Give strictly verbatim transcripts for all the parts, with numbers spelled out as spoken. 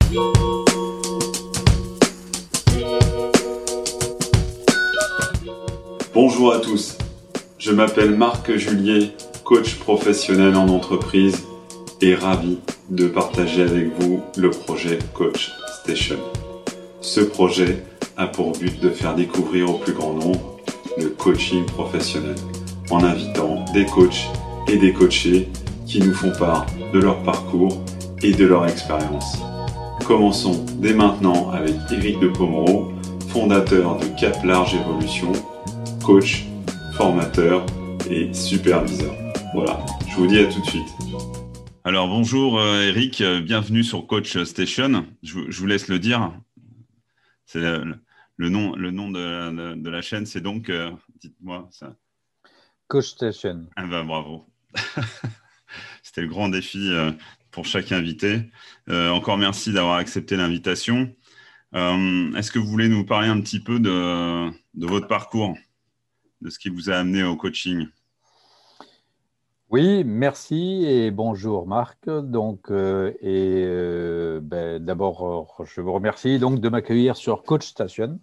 Bonjour à tous, je m'appelle Marc Julier, coach professionnel en entreprise et ravi de partager avec vous le projet Coach Station. Ce projet a pour but de faire découvrir au plus grand nombre le coaching professionnel en invitant des coachs et des coachés qui nous font part de leur parcours et de leur expérience. Commençons dès maintenant avec Éric de Pomereau, fondateur de Cap Large Évolution, coach, formateur et superviseur. Voilà, je vous dis à tout de suite. Alors bonjour Éric, bienvenue sur Coach Station. Je, je vous laisse le dire. C'est le, le nom, le nom de, de, de la chaîne, c'est donc, euh, dites-moi ça. Coach Station. Ah ben bravo. C'était le grand défi euh, pour chaque invité. Euh, encore merci d'avoir accepté l'invitation. Euh, est-ce que vous voulez nous parler un petit peu de, de votre parcours, de ce qui vous a amené au coaching? Oui, merci et bonjour Marc. Donc, euh, et euh, ben, d'abord, je vous remercie donc de m'accueillir sur Coach Station.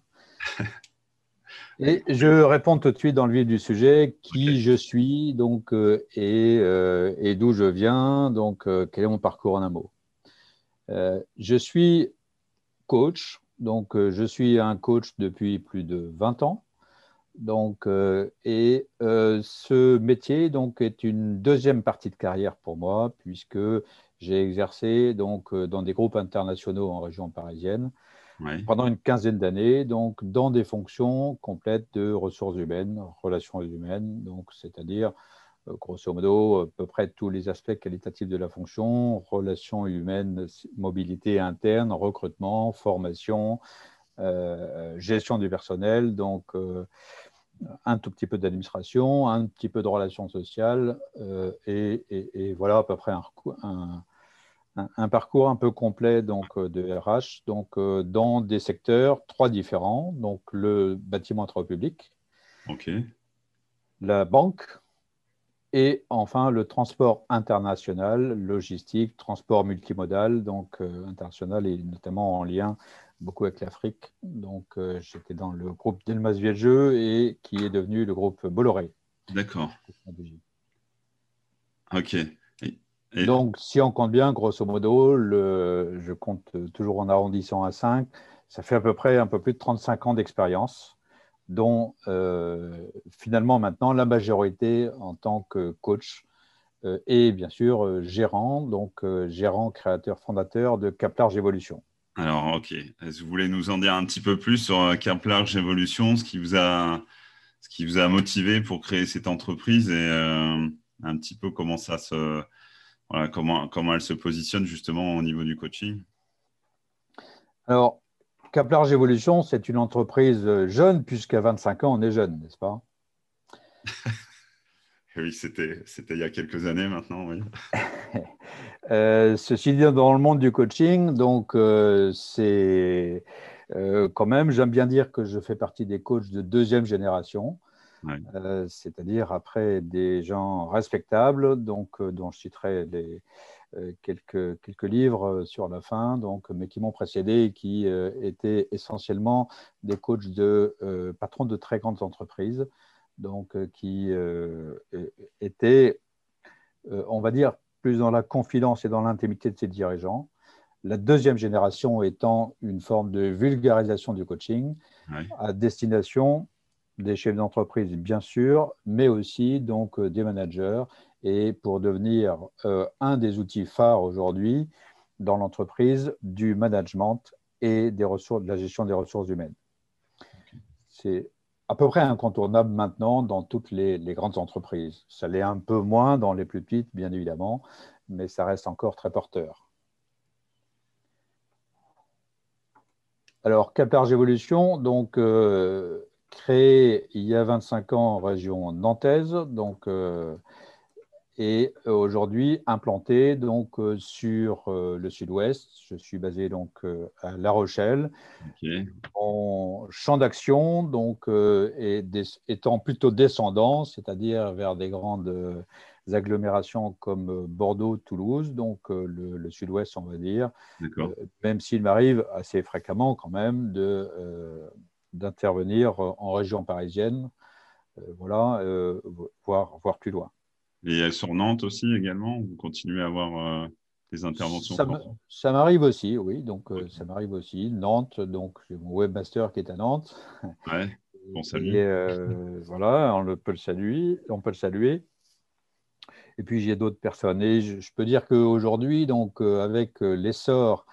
Et je réponds tout de suite dans le vif du sujet, qui okay. je suis donc, euh, et, euh, et d'où je viens, donc euh, quel est mon parcours en un mot. Euh, je suis coach, donc euh, je suis un coach depuis plus de vingt ans. Donc, euh, et euh, ce métier donc, est une deuxième partie de carrière pour moi, puisque j'ai exercé donc, dans des groupes internationaux en région parisienne ouais. pendant une quinzaine d'années, donc dans des fonctions complètes de ressources humaines, relations humaines, donc c'est-à-dire euh, grosso modo à peu près tous les aspects qualitatifs de la fonction, relations humaines, mobilité interne, recrutement, formation, euh, gestion du personnel, donc euh, un tout petit peu d'administration, un petit peu de relations sociales euh, et, et, et voilà à peu près un, un, un, un parcours un peu complet donc, de R H donc, euh, dans des secteurs trois différents, donc le bâtiment et travaux publics, okay. la banque et enfin le transport international, logistique, transport multimodal, donc euh, international et notamment en lien beaucoup avec l'Afrique. Donc, euh, j'étais dans le groupe Delmas Vieux et qui est devenu le groupe Bolloré. D'accord. Ok. Et, et... Donc, si on compte bien, grosso modo, le, je compte toujours en arrondissant à cinq, ça fait à peu près un peu plus de trente-cinq ans d'expérience, dont euh, finalement maintenant la majorité en tant que coach euh, et bien sûr euh, gérant, donc euh, gérant, créateur, fondateur de Cap Large Évolution. Alors, ok. Est-ce que vous voulez nous en dire un petit peu plus sur Cap Large Évolution, ce qui vous a, ce qui vous a motivé pour créer cette entreprise et euh, un petit peu comment ça se, voilà, comment, comment elle se positionne justement au niveau du coaching? Alors, Cap Large Évolution, c'est une entreprise jeune, puisqu'à vingt-cinq ans, on est jeune, n'est-ce pas? Oui, c'était, c'était il y a quelques années maintenant, oui. euh, ceci dit, dans le monde du coaching, donc euh, c'est euh, quand même, j'aime bien dire que je fais partie des coachs de deuxième génération, ouais. euh, c'est-à-dire après des gens respectables, donc euh, dont je citerai les, euh, quelques, quelques livres sur la fin, donc, mais qui m'ont précédé et qui euh, étaient essentiellement des coachs de euh, patrons de très grandes entreprises, donc euh, qui euh, étaient, euh, on va dire, plus dans la confidence et dans l'intimité de ses dirigeants. La deuxième génération étant une forme de vulgarisation du coaching ouais. à destination des chefs d'entreprise, bien sûr, mais aussi donc, des managers, et pour devenir euh, un des outils phares aujourd'hui dans l'entreprise du management et des ressources, de la gestion des ressources humaines. Okay. C'est à peu près incontournable maintenant dans toutes les, les grandes entreprises. Ça l'est un peu moins dans les plus petites, bien évidemment, mais ça reste encore très porteur. Alors, Cap Large Évolution, donc euh, créé il y a vingt-cinq ans en région nantaise, donc, euh, et aujourd'hui implanté donc, euh, sur euh, le sud-ouest. Je suis basé donc, euh, à La Rochelle. Okay. Mon champ d'action donc, euh, est des, étant plutôt descendant, c'est-à-dire vers des grandes agglomérations comme Bordeaux, Toulouse, donc euh, le, le sud-ouest, on va dire, euh, D'accord. même s'il m'arrive assez fréquemment quand même de, euh, d'intervenir en région parisienne, euh, voilà, euh, voire, voire plus loin. Et sur Nantes aussi également, vous continuez à avoir euh, des interventions Ça me- fortes. ça m'arrive aussi, oui, donc euh, ça Ok. m'arrive aussi. Nantes, donc j'ai mon webmaster qui est à Nantes. Ouais, bon Et salut. euh, voilà, on le- peut le saluer, on peut le saluer. Et puis j'ai d'autres personnes. Et je, je peux dire qu'aujourd'hui, donc euh, avec euh, l'essor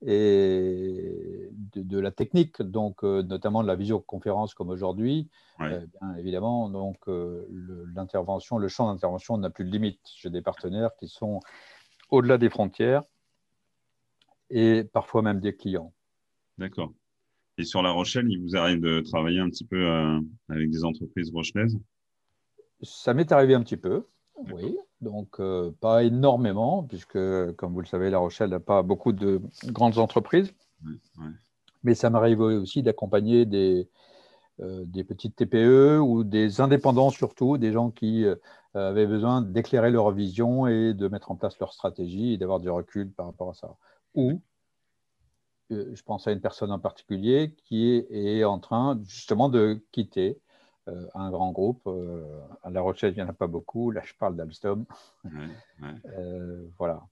et de, de la technique, donc euh, notamment de la visioconférence comme aujourd'hui, Ouais, euh, bien évidemment, donc euh, le- l'intervention, le champ d'intervention n'a plus de limite. J'ai des partenaires qui sont au-delà des frontières et parfois même des clients. d'accord. Et sur La Rochelle, il vous arrive de travailler un petit peu euh, avec des entreprises rochelaises? Ça m'est arrivé un petit peu, D'accord. oui. Donc, euh, pas énormément, puisque, comme vous le savez, La Rochelle n'a pas beaucoup de grandes entreprises. Ouais, ouais. Mais ça m'arrive aussi d'accompagner des, euh, des petites T P E ou des indépendants surtout, des gens qui euh, avaient besoin d'éclairer leur vision et de mettre en place leur stratégie et d'avoir du recul par rapport à ça. Ou, euh, je pense à une personne en particulier qui est, est en train justement de quitter euh, un grand groupe. Euh, à La Rochelle, il n'y en a pas beaucoup. Là, je parle d'Alstom. Ouais, ouais. Euh, voilà.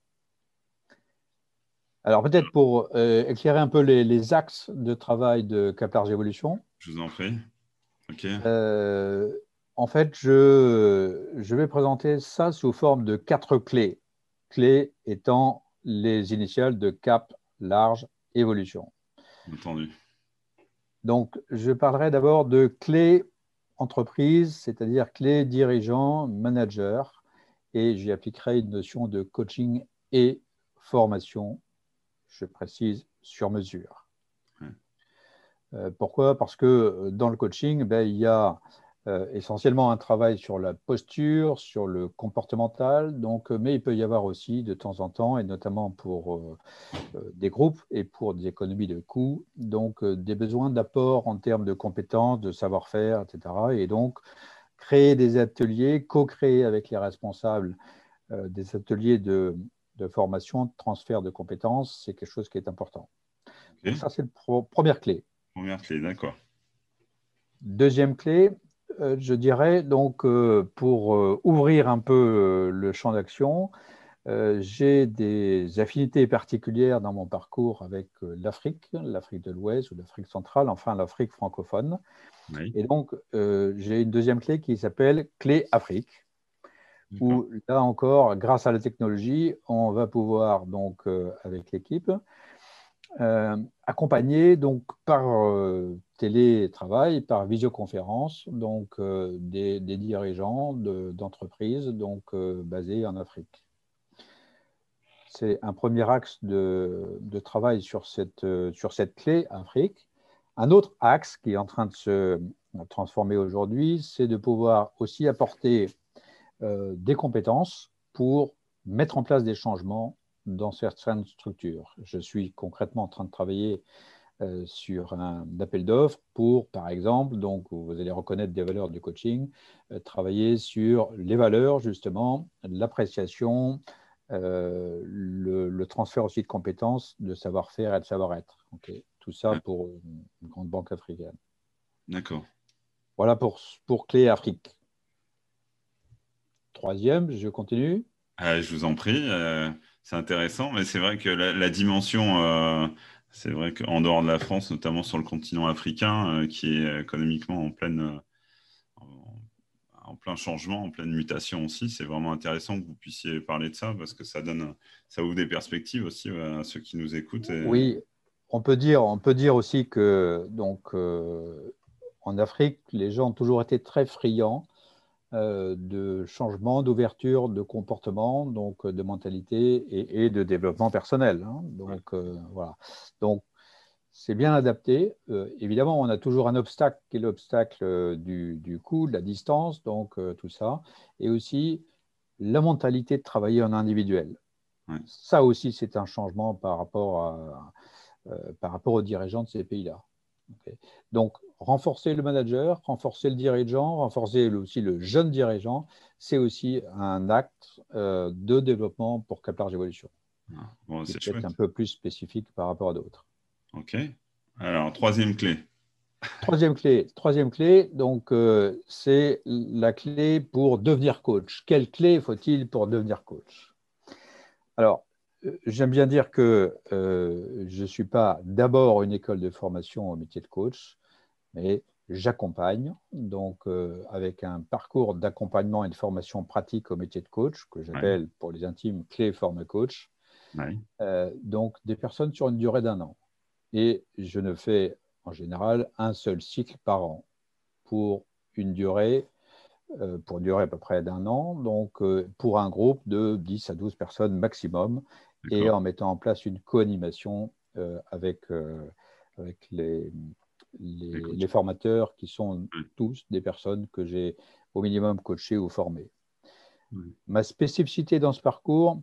Alors peut-être pour euh, éclairer un peu les, les axes de travail de Cap Large Evolution, Je vous en prie. Ok. euh, en fait, je, je vais présenter ça sous forme de quatre clés. Clés étant les initiales de Cap Large Evolution. Entendu. Donc, je parlerai d'abord de clés entreprise, c'est-à-dire clés dirigeants, managers, et j'y appliquerai une notion de coaching et formation, je précise, sur mesure. Ouais. Euh, pourquoi? Parce que euh, dans le coaching, ben, il y a euh, essentiellement un travail sur la posture, sur le comportemental, donc, euh, mais il peut y avoir aussi de temps en temps, et notamment pour euh, euh, des groupes et pour des économies de coûts, donc euh, des besoins d'apport en termes de compétences, de savoir-faire, et cetera. Et donc, créer des ateliers, co-créer avec les responsables euh, des ateliers de, de formation, de transfert de compétences, c'est quelque chose qui est important. Donc Ok. ça, c'est la pro- première clé. Première clé, d'accord. Deuxième clé, euh, je dirais, donc, euh, pour euh, ouvrir un peu euh, le champ d'action, euh, j'ai des affinités particulières dans mon parcours avec euh, l'Afrique, l'Afrique de l'Ouest ou l'Afrique centrale, enfin l'Afrique francophone. Oui. Et donc, euh, j'ai une deuxième clé qui s'appelle Clé Afrique, D'accord. où là encore, grâce à la technologie, on va pouvoir, donc, euh, avec l'équipe, euh, accompagné donc par euh, télétravail, par visioconférence, donc euh, des, des dirigeants de- d'entreprises donc euh, basés en Afrique. C'est un premier axe de, de travail sur cette, euh, sur cette clé Afrique. Un autre axe qui est en train de se transformer aujourd'hui, c'est de pouvoir aussi apporter euh, des compétences pour mettre en place des changements dans certaines structures. Je suis concrètement en train de travailler euh, sur un appel d'offres pour, par exemple, donc vous allez reconnaître des valeurs du coaching, euh, travailler sur les valeurs, justement, l'appréciation, euh, le, le transfert aussi de compétences, de savoir-faire et de savoir-être. Okay. Tout ça Ouais, pour une grande banque africaine. d'accord. Voilà pour, pour Clé Afrique. Troisième, je continue. Euh, je vous en prie. Euh, c'est intéressant, mais c'est vrai que la, la dimension, euh, c'est vrai qu'en dehors de la France, notamment sur le continent africain, euh, qui est économiquement en pleine, euh, en, en plein changement, en pleine mutation aussi, c'est vraiment intéressant que vous puissiez parler de ça parce que ça donne, ça ouvre des perspectives aussi ouais, à ceux qui nous écoutent. Et... Oui, on peut dire, on peut dire aussi que donc, euh, en Afrique, les gens ont toujours été très friands euh, de changement, d'ouverture, de comportement, donc euh, de mentalité et, et de développement personnel. Hein. Ouais, Donc euh, voilà. Donc c'est bien adapté. Euh, évidemment, on a toujours un obstacle qui est l'obstacle euh, du, du coût, de la distance, donc euh, tout ça, et aussi la mentalité de travailler en individuel. ouais, Ça aussi, c'est un changement par rapport, à, euh, par rapport aux dirigeants de ces pays-là. Okay. Donc, renforcer le manager, renforcer le dirigeant, renforcer aussi le jeune dirigeant, c'est aussi un acte euh, de développement pour Cap-Large Evolution, Ah, bon, qui est c'est peut-être chouette. un peu plus spécifique par rapport à d'autres. OK. Alors, troisième clé. Troisième clé, troisième clé, donc euh, c'est la clé pour devenir coach. Quelle clé faut-il pour devenir coach? Alors, euh, j'aime bien dire que euh, je ne suis pas d'abord une école de formation au métier de coach, mais j'accompagne, donc euh, avec un parcours d'accompagnement et de formation pratique au métier de coach, que Ouais, j'appelle pour les intimes clé forme coach, ouais, euh, donc des personnes sur une durée d'un an. Et je ne fais en général un seul cycle par an pour une durée, euh, pour une durée à peu près d'un an, donc euh, pour un groupe de dix à douze personnes maximum, et d'accord. en mettant en place une co-animation euh, avec, euh, avec les, Les les, coachs. les formateurs qui sont Ouais, tous des personnes que j'ai au minimum coachées ou formées. ouais. Ma spécificité dans ce parcours,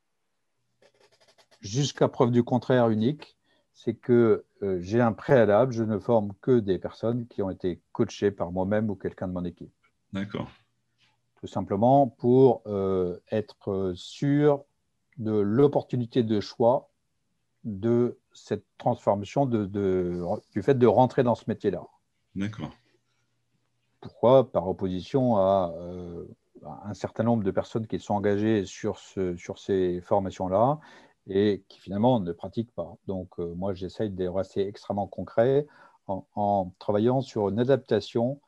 jusqu'à preuve du contraire unique, c'est que euh, j'ai un préalable, je ne forme que des personnes qui ont été coachées par moi-même ou quelqu'un de mon équipe. D'accord. Tout simplement pour euh, être sûr de l'opportunité de choix de cette transformation, de, de, du fait de rentrer dans ce métier-là. D'accord. Pourquoi? Par opposition à, euh, à un certain nombre de personnes qui sont engagées sur, ce, sur ces formations-là et qui finalement ne pratiquent pas. Donc, euh, moi, j'essaye de rester extrêmement concret en, en travaillant sur une adaptation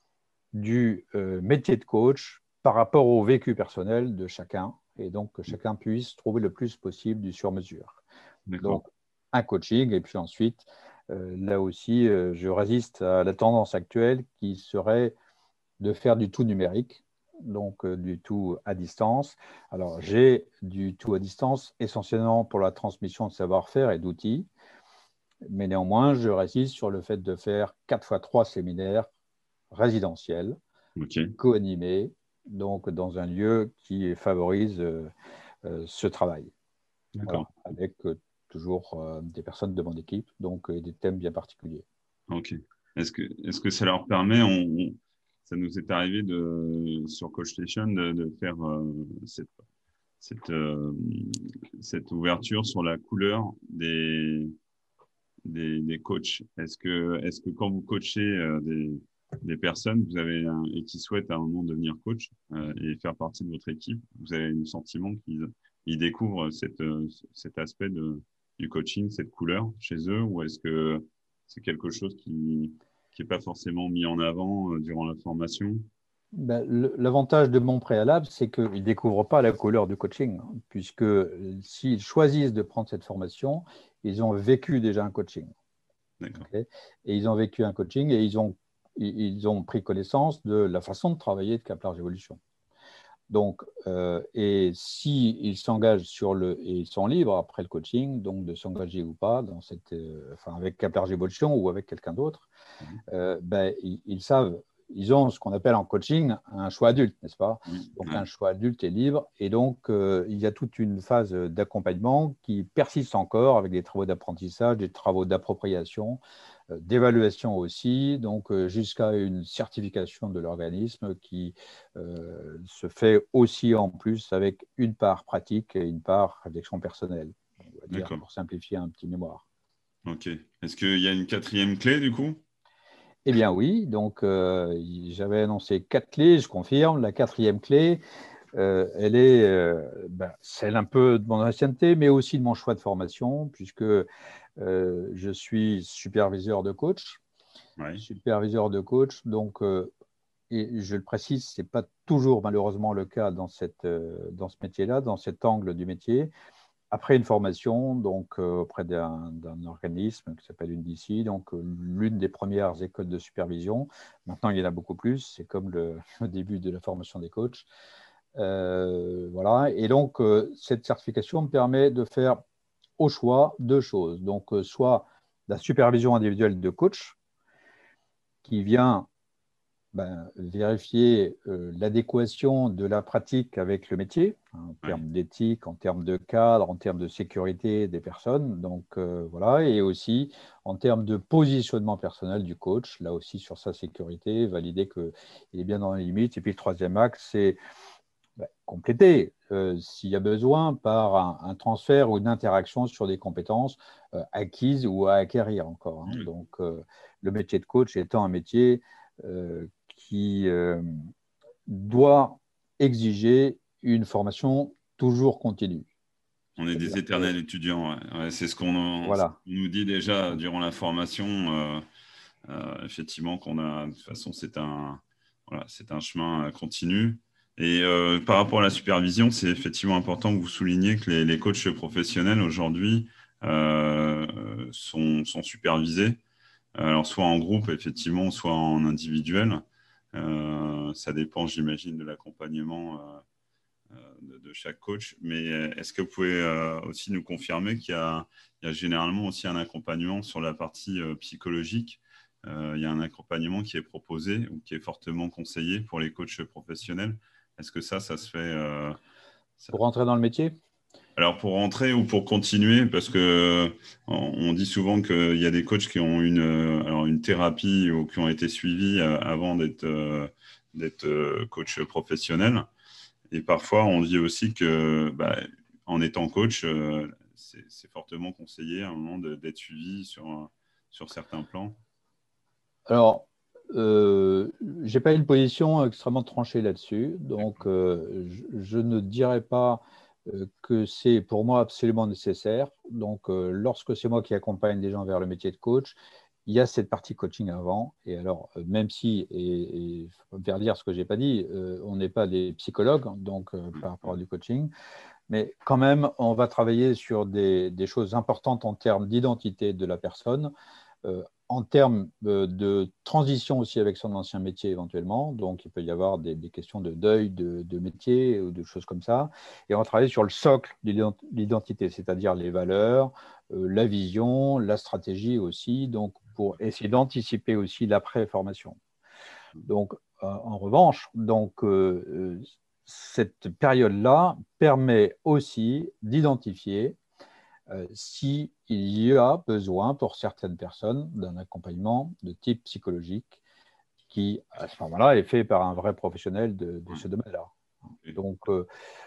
du euh, métier de coach par rapport au vécu personnel de chacun et donc que chacun puisse trouver le plus possible du sur-mesure. D'accord. Donc, un coaching et puis ensuite, euh, là aussi, euh, je résiste à la tendance actuelle qui serait de faire du tout numérique, donc euh, du tout à distance. Alors, j'ai du tout à distance essentiellement pour la transmission de savoir-faire et d'outils, mais néanmoins, je résiste sur le fait de faire quatre fois trois séminaires résidentiels OK. co-animé, donc dans un lieu qui favorise euh, euh, ce travail. D'accord. Voilà, avec euh, toujours euh, des personnes de mon équipe, donc euh, des thèmes bien particuliers. OK. Est-ce que, est-ce que ça leur permet, on, on- ça nous est arrivé de, sur Coach Station de, de faire euh, cette, cette, euh, cette ouverture sur la couleur des, des, des coachs. Est-ce que, est-ce que quand vous coachez euh, des, des personnes, vous avez un- et qui souhaitent à un moment devenir coach euh, et faire partie de votre équipe, vous avez le sentiment qu'ils ils découvrent cette, euh, cet aspect de, du coaching, cette couleur chez eux, ou est-ce que c'est quelque chose qui qui est pas forcément mis en avant euh, durant la formation? Ben, le- l'avantage de mon préalable, c'est qu'ils ne découvrent pas la couleur du coaching, hein, puisque euh, s'ils choisissent de prendre cette formation, ils ont vécu déjà un coaching. D'accord. Okay, et ils ont vécu un coaching et ils ont, ils ont pris connaissance de la façon de travailler de Cap-Large Evolution. Donc, euh, et s'ils s'engagent sur le, et ils sont libres après le coaching, donc de s'engager ou pas dans cette, euh, enfin avec Cap-Large Evolution ou avec quelqu'un d'autre, Mhm. euh, ben, ils, ils savent, ils ont ce qu'on appelle en coaching un choix adulte, n'est-ce pas? Oui. Donc Ouais. un choix adulte et libre, et donc euh, il y a toute une phase d'accompagnement qui persiste encore avec des travaux d'apprentissage, des travaux d'appropriation, euh, d'évaluation aussi, donc euh, jusqu'à une certification de l'organisme qui euh, se fait aussi en plus avec une part pratique et une part réflexion personnelle, on va dire, D'accord. pour simplifier un petit mémoire. OK. Est-ce qu'il y a une quatrième clé du coup? Eh bien oui, donc euh, j'avais annoncé quatre clés, je confirme. La quatrième clé, euh, elle est euh, ben, celle un peu de mon ancienneté, mais aussi de mon choix de formation, puisque euh, je suis superviseur de coach. Ouais. Superviseur de coach, donc, euh, et je le précise, ce n'est pas toujours malheureusement le cas dans, cette, euh, dans ce métier-là, dans cet angle du métier. Après une formation, donc euh, auprès d'un d'un organisme qui s'appelle une D C, donc euh, l'une des premières écoles de supervision. Maintenant, il y en a beaucoup plus. C'est comme le, le début de la formation des coachs. Euh, voilà. Et donc, euh, cette certification me permet de faire au choix deux choses. Donc, euh, soit la supervision individuelle de coach qui vient ben, vérifier euh, l'adéquation de la pratique avec le métier, hein, en Ouais. termes d'éthique, en termes de cadre, en termes de sécurité des personnes. Donc euh, voilà, et aussi en termes de positionnement personnel du coach, là aussi sur sa sécurité, valider qu'il est bien dans les limites. Et puis le troisième axe, c'est ben, compléter, euh, s'il y a besoin, par un, un transfert ou une interaction sur des compétences euh, acquises ou à acquérir encore, hein. Ouais. Donc, euh, le métier de coach étant un métier euh, qui euh, doit exiger une formation toujours continue. On est des C'est-à-dire que, éternels étudiants. Ouais. Ouais, c'est ce qu'on c'est ce voilà, qu'on nous dit déjà durant la formation. Euh, euh, effectivement, qu'on a. De toute façon, c'est un, voilà, c'est un chemin continu. Et euh, par rapport à la supervision, c'est effectivement important que vous souligniez que les, les coachs professionnels aujourd'hui euh, sont, sont supervisés. Alors, soit en groupe, effectivement, soit en individuel. Euh, ça dépend, j'imagine, de l'accompagnement euh, euh, de, de chaque coach. Mais euh, est-ce que vous pouvez euh, aussi nous confirmer qu'il y a, il y a généralement aussi un accompagnement sur la partie euh, psychologique? Euh, il y a un accompagnement qui est proposé ou qui est fortement conseillé pour les coachs professionnels. Est-ce que ça, ça se fait euh, ça- pour rentrer dans le métier. Alors pour rentrer ou pour continuer, parce que euh, on on dit souvent qu'il y a des coachs qui ont une, euh, alors une thérapie ou qui ont été suivis euh, avant d'être euh, d'être euh, coach professionnel. Et parfois, on dit aussi que, bah, en étant coach, euh, c'est c'est fortement conseillé à un moment de- d'être suivi sur, sur certains plans. Alors, euh, j'ai pas une position extrêmement tranchée là-dessus, donc euh, je, je ne dirais pas euh, que c'est pour moi absolument nécessaire. Donc, euh, lorsque c'est moi qui accompagne des gens vers le métier de coach, il y a cette partie coaching avant. Et alors, euh, même si, et, et faut me faire dire ce que j'ai pas dit, euh, on n'est pas des psychologues, hein, donc euh, Ouais, par rapport ouais, à du coaching, mais quand même, on va travailler sur des, des choses importantes en termes d'identité de la personne, euh, en termes euh, de transition aussi avec son ancien métier éventuellement. Donc, il peut y avoir des, des questions de deuil de, de, métier ou de choses comme ça. Et on va travailler sur le socle de l'identité, c'est-à-dire les valeurs, euh, la vision, la stratégie aussi, donc pour essayer d'anticiper aussi l'après-formation. Donc, euh, en revanche, donc, euh, euh, cette période-là permet aussi d'identifier euh, s'il y a besoin pour certaines personnes d'un accompagnement de type psychologique qui, à ce moment-là, est fait par un vrai professionnel de, de ouais. ce domaine-là. Et- Donc, euh,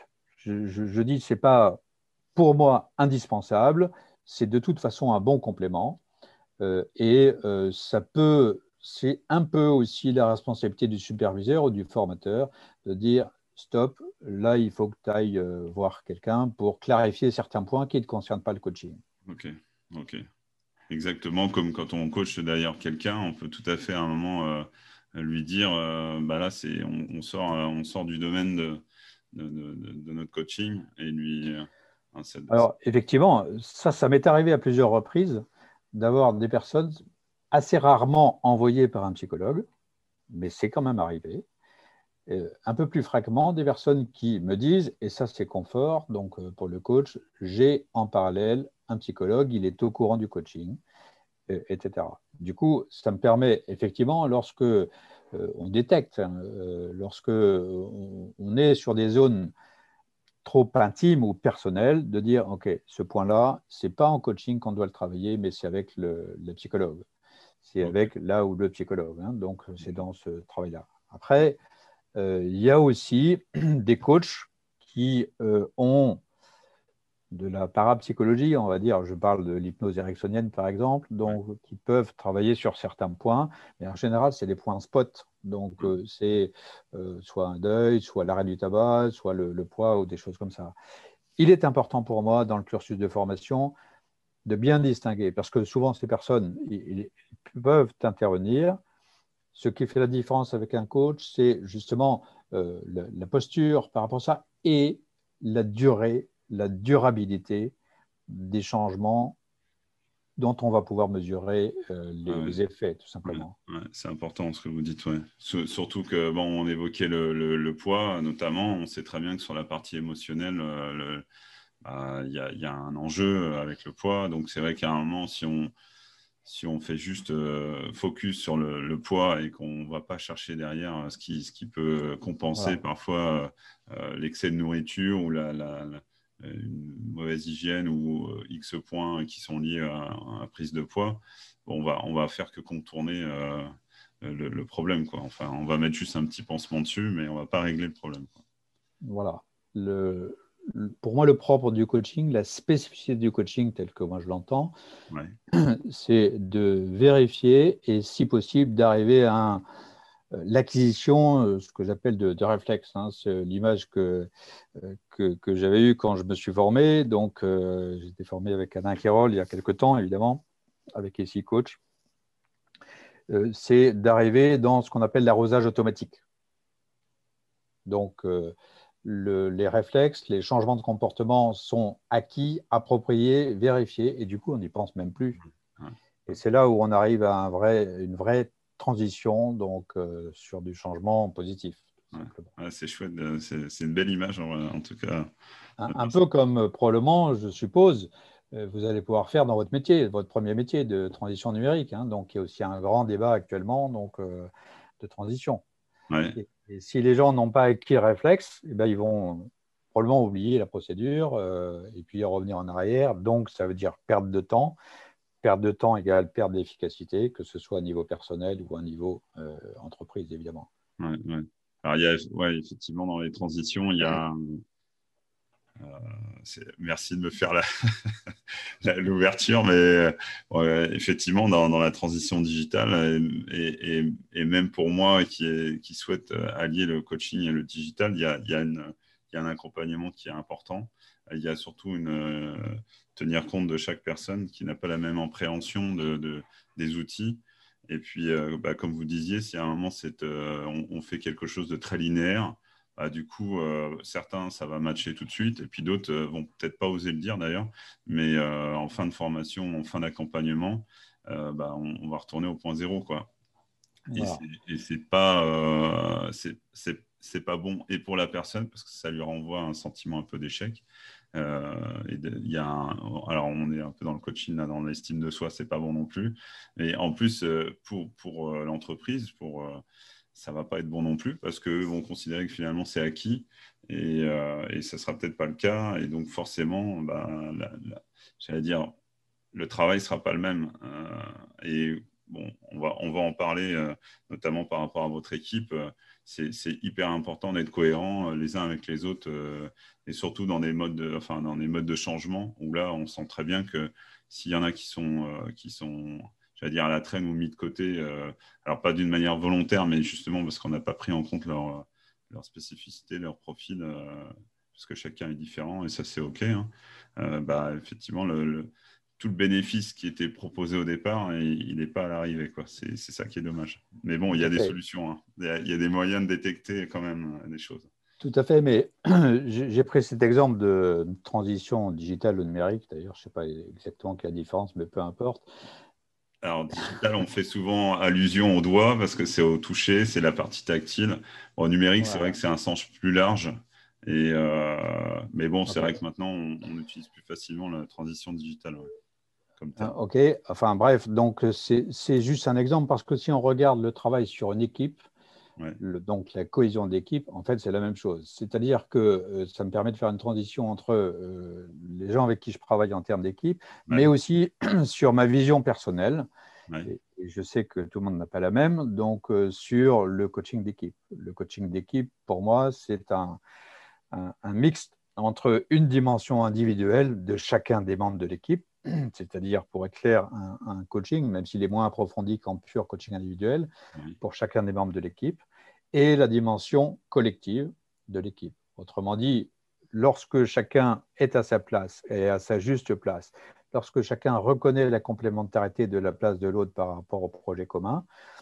je, je, je dis, ce n'est pas pour moi indispensable, c'est de toute façon un bon complément. Euh, et euh, ça peut, c'est un peu aussi la responsabilité du superviseur ou du formateur de dire stop, là il faut que tu ailles euh, voir quelqu'un pour clarifier certains points qui ne concernent pas le coaching. Ok, ok. Exactement comme quand on coach d'ailleurs quelqu'un, on peut tout à fait à un moment euh, lui dire, euh, bah là, c'est, on, on sort, euh, on sort du domaine de, de, de- de- de notre coaching et lui, euh, hein, ça- ça- Alors effectivement, ça, ça m'est arrivé à plusieurs reprises d'avoir des personnes assez rarement envoyées par un psychologue, mais c'est quand même arrivé. Euh, un peu plus fréquemment, des personnes qui me disent, et ça c'est confort, donc euh, pour le coach, j'ai en parallèle un psychologue, il est au courant du coaching, euh, et cetera. Du coup, ça me permet effectivement, lorsque euh, on détecte, hein, euh, lorsque on, on est sur des zones trop intimes ou personnelles, de dire, OK, ce point-là, c'est pas en coaching qu'on doit le travailler, mais c'est avec le, le psychologue. C'est ok, avec là ou le psychologue, hein, donc c'est ok. dans ce travail-là. Après, euh, il y a aussi des coachs qui euh, ont de la parapsychologie, on va dire, je parle de l'hypnose ericksonienne par exemple, Ouais, donc qui peuvent travailler sur certains points, mais en général, c'est des points spot. Donc, ouais, euh, c'est euh, soit un deuil, soit l'arrêt du tabac, soit le, le poids ou des choses comme ça. Il est important pour moi, dans le cursus de formation, de bien distinguer, parce que souvent, ces personnes, ils, ils peuvent intervenir. Ce qui fait la différence avec un coach, c'est justement euh, la, la posture par rapport à ça et la durée, la durabilité des changements dont on va pouvoir mesurer euh, ouais, les, ouais. les effets, tout Ouais, simplement. ouais, c'est important ce que vous dites, ouais. Sur- Surtout que, bon, on évoquait le, le- le poids, notamment, on sait très bien que sur la partie émotionnelle, euh, le- bah, il y a, il y a un enjeu avec le poids. Donc, c'est vrai qu'à un moment, si on, si on fait juste euh, focus sur le, le poids et qu'on ne va pas chercher derrière ce qui, ce qui peut compenser Voilà. parfois euh, l'excès de nourriture ou la, la, la- une mauvaise hygiène ou euh, X points qui sont liés à, à la prise de poids, bon, on va, on va faire que contourner euh, le, le problème, quoi. Enfin, on va mettre juste un petit pansement dessus, mais on ne va pas régler le problème, quoi. Voilà. Le, le- pour moi, le propre du coaching, la spécificité du coaching tel que moi je l'entends, Ouais, c'est de vérifier et, si possible, d'arriver à un- euh, l'acquisition, euh, ce que j'appelle de, de réflexe. Hein. C'est l'image que, euh, que, que j'avais eue quand je me suis formé. Donc, euh, j'ai été formé avec Alain Quérol il y a quelques temps, évidemment, avec Easy Coach. Euh, c'est d'arriver dans ce qu'on appelle l'arrosage automatique. Donc, euh, le- les réflexes, les changements de comportement sont acquis, appropriés, vérifiés, et du coup, on n'y pense même plus. ouais, Et c'est là où on arrive à un vrai, une vraie transition donc, euh, sur du changement positif, tout ouais. simplement. Ouais, c'est chouette, de- c'est c'est une belle image en, en tout cas. Un, un peu comme euh, probablement, je suppose, euh, vous allez pouvoir faire dans votre métier, votre premier métier de transition numérique. Hein. Donc, il y a aussi un grand débat actuellement donc, euh, de transition. Ouais, Et, et si les gens n'ont pas acquis le réflexe, eh ben, ils vont probablement oublier la procédure euh, et puis revenir en arrière. Donc, ça veut dire perte de temps. Perte de temps égale perte d'efficacité, que ce soit à niveau personnel ou à niveau euh, entreprise, évidemment. ouais, ouais. Alors, il y a, ouais, effectivement, dans les transitions, il y a. c'est- Merci de me faire la, la- l'ouverture, mais euh, ouais, effectivement, dans, dans la transition digitale, euh, et, et, et même pour moi qui, est, qui souhaite euh, allier le coaching et le digital, il y a, il y a une, il y a un accompagnement qui est important. Il y a surtout une, euh, tenir compte de chaque personne qui n'a pas la même appréhension de, de- des outils. Et puis, euh, bah, comme vous disiez, si à un moment c'est, euh, on, on fait quelque chose de très linéaire, bah, du coup, euh, certains, ça va matcher tout de suite, et puis d'autres euh, vont peut-être pas oser le dire d'ailleurs, mais euh, en fin de formation, en fin d'accompagnement, euh, bah, on, on va retourner au point zéro, quoi. Et c'est Voilà. et c'est pas, euh, c'est c'est- c'est pas bon et pour la personne parce que ça lui renvoie un sentiment un peu d'échec. Euh, et de- il y a un- alors on est un peu dans le coaching là, dans l'estime de soi, c'est pas bon non plus. Et en plus euh, pour pour euh, l'entreprise, pour euh, ça va pas être bon non plus parce que vont considérer que finalement c'est acquis et euh, et ça sera peut-être pas le cas et donc forcément, bah, la- la- j'allais dire le travail sera pas le même. Euh, et bon, on va, on va en parler, euh, notamment par rapport à votre équipe. Euh, c'est, c'est hyper important d'être cohérent euh, les uns avec les autres, euh, et surtout dans des modes de, enfin, dans des modes de changement, où là, on sent très bien que s'il y en a qui sont, euh, qui sont j'allais dire, à la traîne ou mis de côté, euh, alors pas d'une manière volontaire, mais justement parce qu'on n'a pas pris en compte leur, leur spécificité, leur profil, euh, parce que chacun est différent, et ça, c'est OK. Hein. Euh, bah, effectivement, le, le tout le bénéfice qui était proposé au départ et il n'est pas à l'arrivée, quoi. C'est, c'est ça qui est dommage. Mais bon, il y Tout a à des fait. solutions, hein. Il y a, il y a des moyens de détecter quand même euh, des choses. Tout à fait, mais j'ai j'ai pris cet exemple de transition digitale ou numérique. D'ailleurs, je ne sais pas exactement quelle est la différence, mais peu importe. Alors, digital, on fait souvent allusion au doigt parce que c'est au toucher, c'est la partie tactile. Au numérique, c'est vrai que Voilà. c'est un sens plus large. Et euh, mais bon, c'est OK. vrai que maintenant, on, on utilise plus facilement la transition digitale, ouais, comme Hein, terme. OK. Enfin, bref, donc c'est c'est juste un exemple parce que si on regarde le travail sur une équipe, Ouais, le- donc la cohésion d'équipe, en fait, c'est la même chose. C'est-à-dire que euh, ça me permet de faire une transition entre euh, les gens avec qui je travaille en termes d'équipe, mais ouais, aussi sur ma vision personnelle. ouais, Et, et je sais que tout le monde n'a pas la même, donc euh, sur le coaching d'équipe. Le coaching d'équipe, pour moi, c'est un, un, un mix entre une dimension individuelle de chacun des membres de l'équipe, c'est-à-dire, pour être clair, un, un coaching, même s'il est moins approfondi qu'en pur coaching individuel, ouais, pour chacun des membres de l'équipe, et la dimension collective de l'équipe. Autrement dit, lorsque chacun est à sa place et à sa juste place, lorsque chacun reconnaît la complémentarité de la place de l'autre par rapport au projet commun,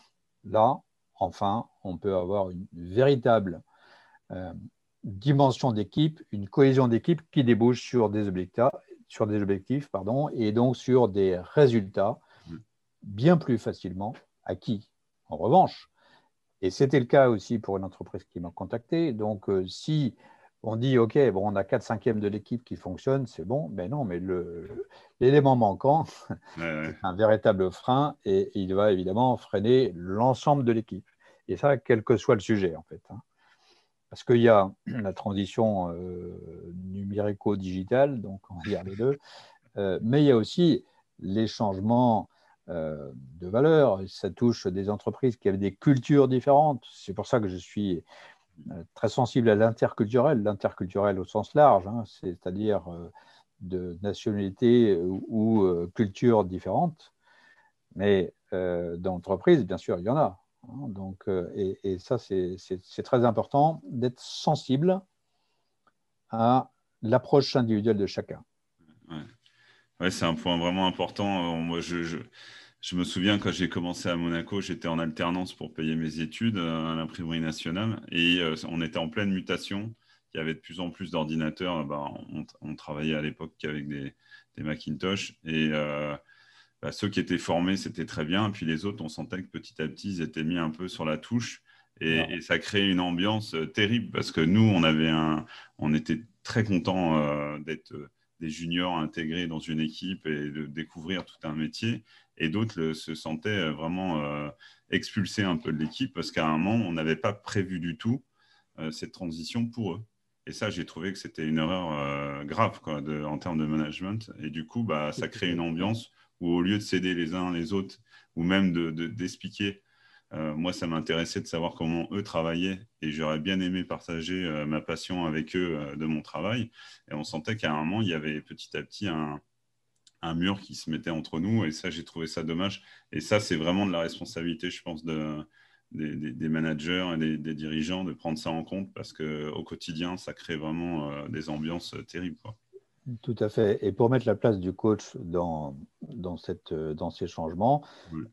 là, enfin, on peut avoir une véritable euh, dimension d'équipe, une cohésion d'équipe qui débouche sur des objectifs, sur des objectifs pardon, et donc sur des résultats ouais, bien plus facilement acquis. En revanche, et c'était le cas aussi pour une entreprise qui m'a contacté. Donc, euh, si on dit, OK, bon, on a quatre cinquièmes de l'équipe qui fonctionne, c'est bon. Mais non, mais le, l'élément manquant, Ouais, ouais. c'est un véritable frein et il va évidemment freiner l'ensemble de l'équipe. Et ça, quel que soit le sujet, en fait. Hein. Parce qu'il y a la transition euh, numérico-digitale, donc on va dire les deux, euh, mais il y a aussi les changements euh, de valeur. Ça touche des entreprises qui avaient des cultures différentes. C'est pour ça que je suis très sensible à l'interculturel, l'interculturel au sens large, hein, c'est-à-dire euh, de nationalités ou, ou euh, cultures différentes. Mais euh, dans l'entreprise, bien sûr, il y en a. Hein, donc, euh, et, et, ça, c'est, c'est, c'est très important d'être sensible à l'approche individuelle de chacun. Ouais. Ouais, c'est un point vraiment important. Euh, Moi, je, je, je me souviens quand j'ai commencé à Monaco, j'étais en alternance pour payer mes études euh, à l'imprimerie nationale et euh, on était en pleine mutation. Il y avait de plus en plus d'ordinateurs. Bah, on, on travaillait à l'époque qu'avec des, des Macintosh et euh, bah, ceux qui étaient formés, c'était très bien. Puis les autres, on sentait que petit à petit, ils étaient mis un peu sur la touche et, Alors, et ça créait une ambiance euh, terrible parce que nous, on avait un, on était très contents euh, d'être euh, des juniors intégrés dans une équipe et de découvrir tout un métier. Et d'autres le- se sentaient euh, vraiment euh, expulsés un peu de l'équipe parce qu'à un moment, on n'avait pas prévu du tout euh, cette transition pour eux. Et ça, j'ai trouvé que c'était une erreur euh, grave quoi, de- en termes de management. Et du coup, bah, tout ça à crée une fait. ambiance où au lieu de s'aider les uns les autres, ou même de, de- d'expliquer, euh, moi, ça m'intéressait de savoir comment eux travaillaient. Et j'aurais bien aimé partager euh, ma passion avec eux euh, de mon travail. Et on sentait qu'à un moment, il y avait petit à petit un, un mur qui se mettait entre nous. Et ça, j'ai trouvé ça dommage. Et ça, c'est vraiment de la responsabilité, je pense, de, des, des- des managers et des, des dirigeants de prendre ça en compte parce qu'au quotidien, ça crée vraiment euh, des ambiances euh, terribles, quoi. Tout à fait. Et pour mettre la place du coach dans, dans, cette, dans ces changements, Ouais,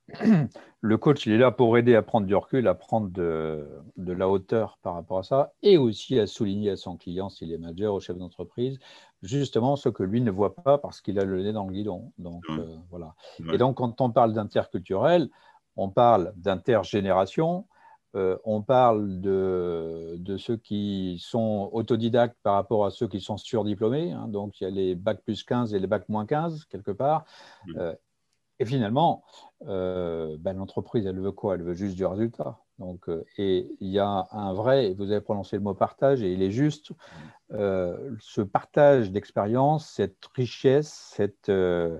le coach, il est là pour aider à prendre du recul, à prendre de, de la hauteur par rapport à ça, et aussi à souligner à son client, s'il est manager ou chef d'entreprise, justement ce que lui ne voit pas parce qu'il a le nez dans le guidon. Donc, c'est vrai, euh, voilà. c'est Et vrai. donc, quand on parle d'interculturel, on parle d'intergénération, euh, on parle de, de ceux qui sont autodidactes par rapport à ceux qui sont surdiplômés. Hein, donc, il y a les bac plus quinze et les bac moins quinze, quelque part. Ouais, Euh, et finalement, euh, ben, l'entreprise, elle veut quoi? Elle veut juste du résultat. Donc, euh, et il y a un vrai, vous avez prononcé le mot partage, et il est juste, euh, ce partage d'expérience, cette richesse, cette euh,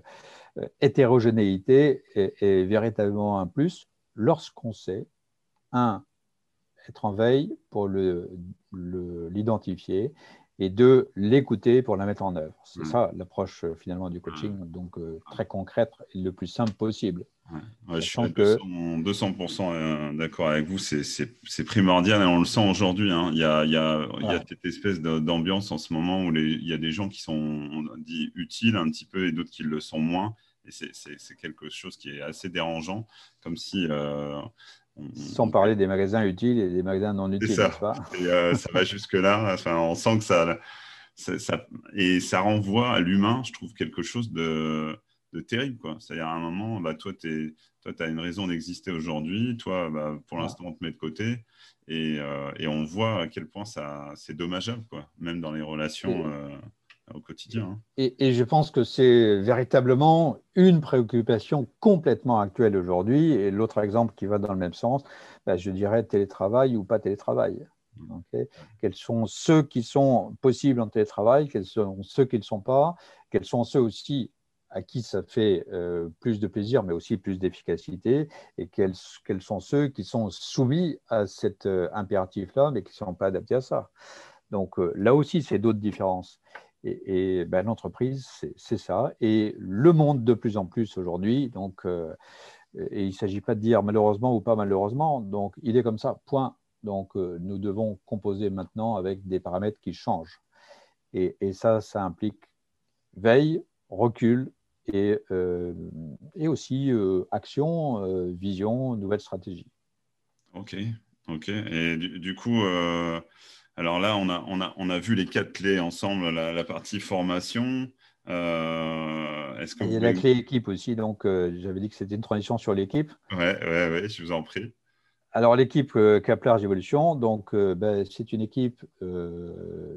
hétérogénéité est, est véritablement un plus lorsqu'on sait, un, être en veille pour le, le, l'identifier, et deux, l'écouter pour la mettre en œuvre. C'est ouais, ça l'approche euh, finalement du ouais, coaching, donc euh, très concrète et le plus simple possible. ouais. Ouais, je suis à Sachant que deux cents, deux cents pour cent euh, d'accord avec vous, c'est c'est- c'est primordial et on le sent aujourd'hui, hein. Il y a, il y a, il y a ouais, cette espèce de- d'ambiance en ce moment où les, il y a des gens qui sont on dit utiles un petit peu et d'autres qui le sont moins. Et c'est c'est- c'est quelque chose qui est assez dérangeant, comme si euh, on, sans on- parler des magasins utiles et des magasins non c'est utiles, n'est-ce ça. pas? Et, euh, ça va jusque-là. Enfin, on sent que ça, ça, ça- et ça renvoie à l'humain, je trouve, quelque chose de, de terrible, quoi. C'est-à-dire, à un moment, bah, toi, tu as une raison d'exister aujourd'hui. Toi, bah, pour Voilà. l'instant, on te met de côté. Et, euh, et on voit à quel point ça, c'est dommageable, quoi. Même dans les relations Et, euh, au quotidien, hein. et, et je pense que c'est véritablement une préoccupation complètement actuelle aujourd'hui. Et l'autre exemple qui va dans le même sens, ben, je dirais télétravail ou pas télétravail. Okay. Quels sont ceux qui sont possibles en télétravail, quels sont ceux qui ne le sont pas, quels sont ceux aussi à qui ça fait euh, plus de plaisir, mais aussi plus d'efficacité, et quels, quels, sont ceux qui sont soumis à cet euh, impératif-là, mais qui ne sont pas adaptés à ça. Donc euh, là aussi, c'est d'autres différences. Et, et ben, l'entreprise, c'est ça. Et le monde de plus en plus aujourd'hui, donc, euh, et il ne s'agit pas de dire malheureusement ou pas malheureusement, donc il est comme ça, point. Donc euh, nous devons composer maintenant avec des paramètres qui changent. Et, et ça, ça implique veille, recul et, euh, et aussi euh, action, euh, vision, nouvelle stratégie. Ok, ok. Et du, du coup, euh, alors là, on a, on a, on a vu les quatre clés ensemble, la, la partie formation. Euh, est-ce que Et il vous y a la voulez... clé équipe aussi, donc euh, j'avais dit que c'était une transition sur l'équipe. Ouais, ouais, ouais, je vous en prie. Alors, l'équipe euh, Cap Large Evolution, donc, euh, ben, c'est une équipe, euh,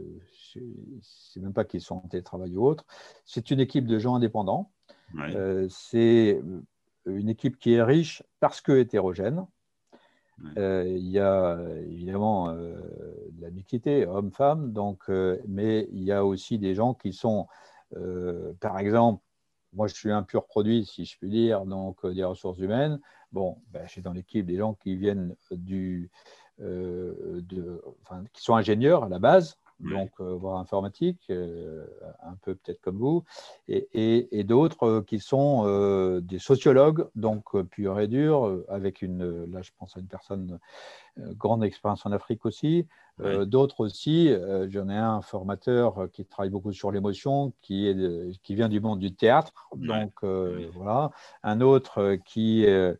c'est même pas qu'ils sont en télétravail ou autre, c'est une équipe de gens indépendants. Ouais, Euh, c'est une équipe qui est riche parce que hétérogène. ouais, Euh, il y a évidemment euh, de la mixité, homme-femme, donc, euh, mais il y a aussi des gens qui sont, euh, par exemple, moi je suis un pur produit, si je puis dire, donc euh, des ressources humaines. Bon, ben, j'ai dans l'équipe des gens qui viennent du, euh, de, enfin, qui sont ingénieurs à la base, ouais, donc euh, voire informatique, euh, un peu peut-être comme vous, et, et, et d'autres euh, qui sont euh, des sociologues, donc euh, pur et dur, euh, avec une, là je pense à une personne euh, grande expérience en Afrique aussi. ouais, Euh, d'autres aussi, euh, j'en ai un formateur qui travaille beaucoup sur l'émotion, qui, est de- qui vient du monde du théâtre, ouais, donc euh, voilà. Un autre euh, qui, euh,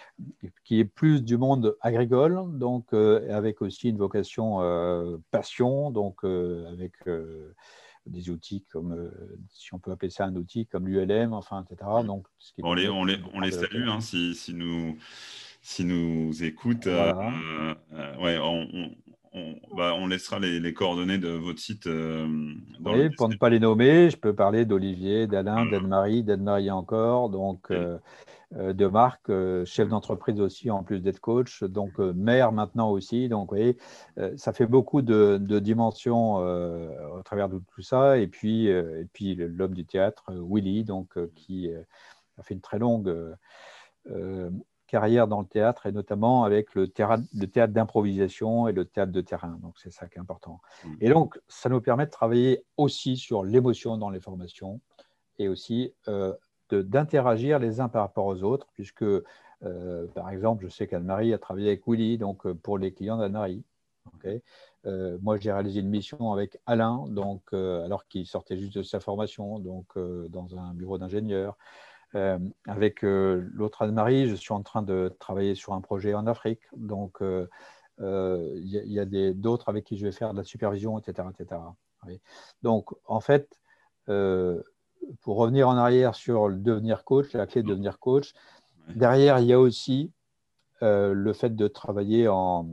qui est plus du monde agricole, donc euh, avec aussi une vocation euh, passion, donc euh, avec euh, des outils comme, euh, si on peut appeler ça un outil, comme l'U L M, enfin, et cetera. ouais. Donc, ce qui Bon, on les, permet on les, de on faire les de la salue hein, si, si nous, si nous écoutent. euh, Voilà. euh, ouais, on, on, on- bah, on laissera les, les coordonnées de votre site euh, dans le Oui, pour ne pas les descriptif. nommer, je peux parler d'Olivier, d'Alain, Voilà. d'Anne-Marie, d'Anne-Marie encore, donc Ok. euh, euh, de Marc, euh, chef d'entreprise aussi en plus d'être coach, donc euh, maire maintenant aussi. Donc vous voyez, euh, ça fait beaucoup de, de dimensions euh, au travers de tout ça. Et puis, euh, et puis l'homme du théâtre, euh, Willy, donc euh, qui euh, a fait une très longue euh, euh, carrière dans le théâtre et notamment avec le théâtre, le théâtre d'improvisation et le théâtre de terrain. Donc, c'est ça qui est important. Mm. Et donc, ça nous permet de travailler aussi sur l'émotion dans les formations et aussi euh, d'interagir les uns par rapport aux autres, puisque, euh, par exemple, je sais qu'Anne-Marie a travaillé avec Willy, donc euh, pour les clients d'Anne-Marie. Okay. Euh, moi, j'ai réalisé une mission avec Alain, donc, euh, alors qu'il sortait juste de sa formation, donc euh, dans un bureau d'ingénieur. Euh, avec euh, l'autre Anne-Marie, je suis en train de travailler sur un projet en Afrique. Donc, il euh, euh, y a, y a d'autres avec qui je vais faire de la supervision, et cetera et cetera. Oui. Donc, en fait, euh, pour revenir en arrière sur le devenir coach, la clé de devenir coach, Ouais. derrière, il y a aussi euh, le fait de travailler en,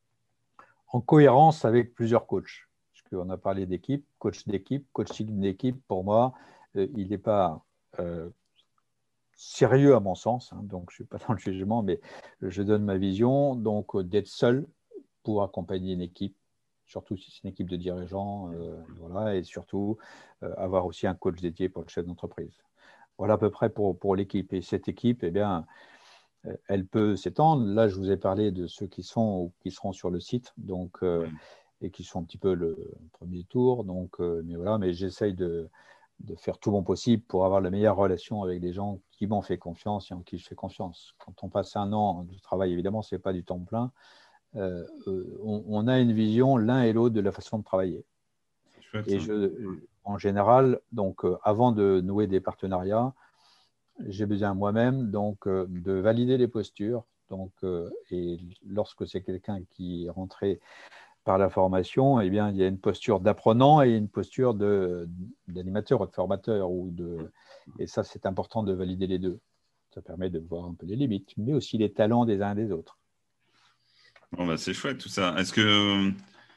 en cohérence avec plusieurs coachs. Parce qu'on a parlé d'équipe, coach d'équipe, coaching d'équipe, pour moi, euh, il n'est pas euh, sérieux à mon sens, hein, donc je ne suis pas dans le jugement, mais je donne ma vision, donc euh, d'être seul pour accompagner une équipe, surtout si c'est une équipe de dirigeants, euh, voilà, et surtout euh, avoir aussi un coach dédié pour le chef d'entreprise. Voilà à peu près pour, pour l'équipe. Et cette équipe, eh bien, euh, elle peut s'étendre. Là, je vous ai parlé de ceux qui sont ou qui seront sur le site, donc, euh, Ouais. et qui sont un petit peu le premier tour. Donc, euh, mais voilà, mais j'essaye de, de faire tout mon possible pour avoir la meilleure relation avec des gens qui m'ont fait confiance et en qui je fais confiance. Quand on passe un an de travail, évidemment, ce n'est pas du temps plein. Euh, euh, on, on, a une vision l'un et l'autre de la façon de travailler. C'est chouette Et ça. je, en général, donc, euh, avant de nouer des partenariats, j'ai besoin moi-même donc euh, de valider les postures. Donc, euh, et lorsque c'est quelqu'un qui est rentré par la formation, eh bien, il y a une posture d'apprenant et une posture d'animateur ou de formateur. Ou de, et ça, c'est important de valider les deux. Ça permet de voir un peu les limites, mais aussi les talents des uns et des autres. Bon, bah, c'est chouette tout ça. Est-ce que euh,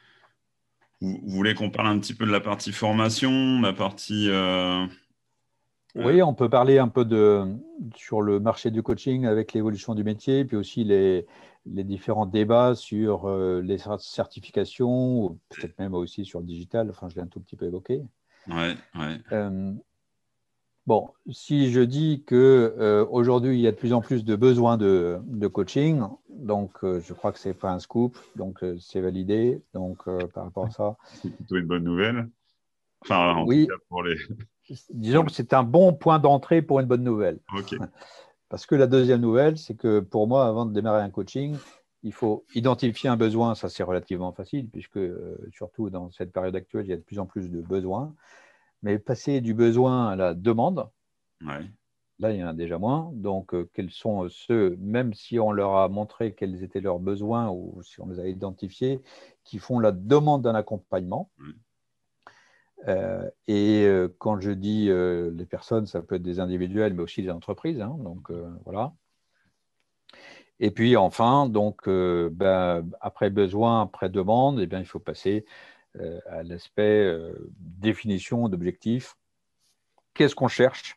vous, vous voulez qu'on parle un petit peu de la partie formation, la partie euh, euh, Oui, on peut parler un peu de, sur le marché du coaching avec l'évolution du métier, puis aussi les, les différents débats sur euh, les certifications, ou peut-être même aussi sur le digital, enfin je l'ai un tout petit peu évoqué. ouais, ouais. Euh, bon, si je dis que euh, aujourd'hui il y a de plus en plus de besoins de, de coaching, donc euh, je crois que ce n'est pas un scoop, donc euh, c'est validé, donc euh, par rapport à ça. C'est plutôt une bonne nouvelle. Enfin, en tout Oui, cas pour les. Pour disons les... que c'est un bon point d'entrée pour une bonne nouvelle. Ok. Parce que la deuxième nouvelle, c'est que pour moi, avant de démarrer un coaching, il faut identifier un besoin. Ça, c'est relativement facile, puisque euh, surtout dans cette période actuelle, il y a de plus en plus de besoins. Mais passer du besoin à la demande, Ouais. là, il y en a déjà moins. Donc, euh, quels sont ceux, même si on leur a montré quels étaient leurs besoins ou si on les a identifiés, qui font la demande d'un accompagnement. Ouais. Euh, et euh, quand je dis euh, les personnes, ça peut être des individuels, mais aussi des entreprises. Hein, donc, euh, voilà. Et puis enfin, donc, euh, ben, après besoin, après demande, eh bien, il faut passer euh, à l'aspect euh, définition d'objectifs. Qu'est-ce qu'on cherche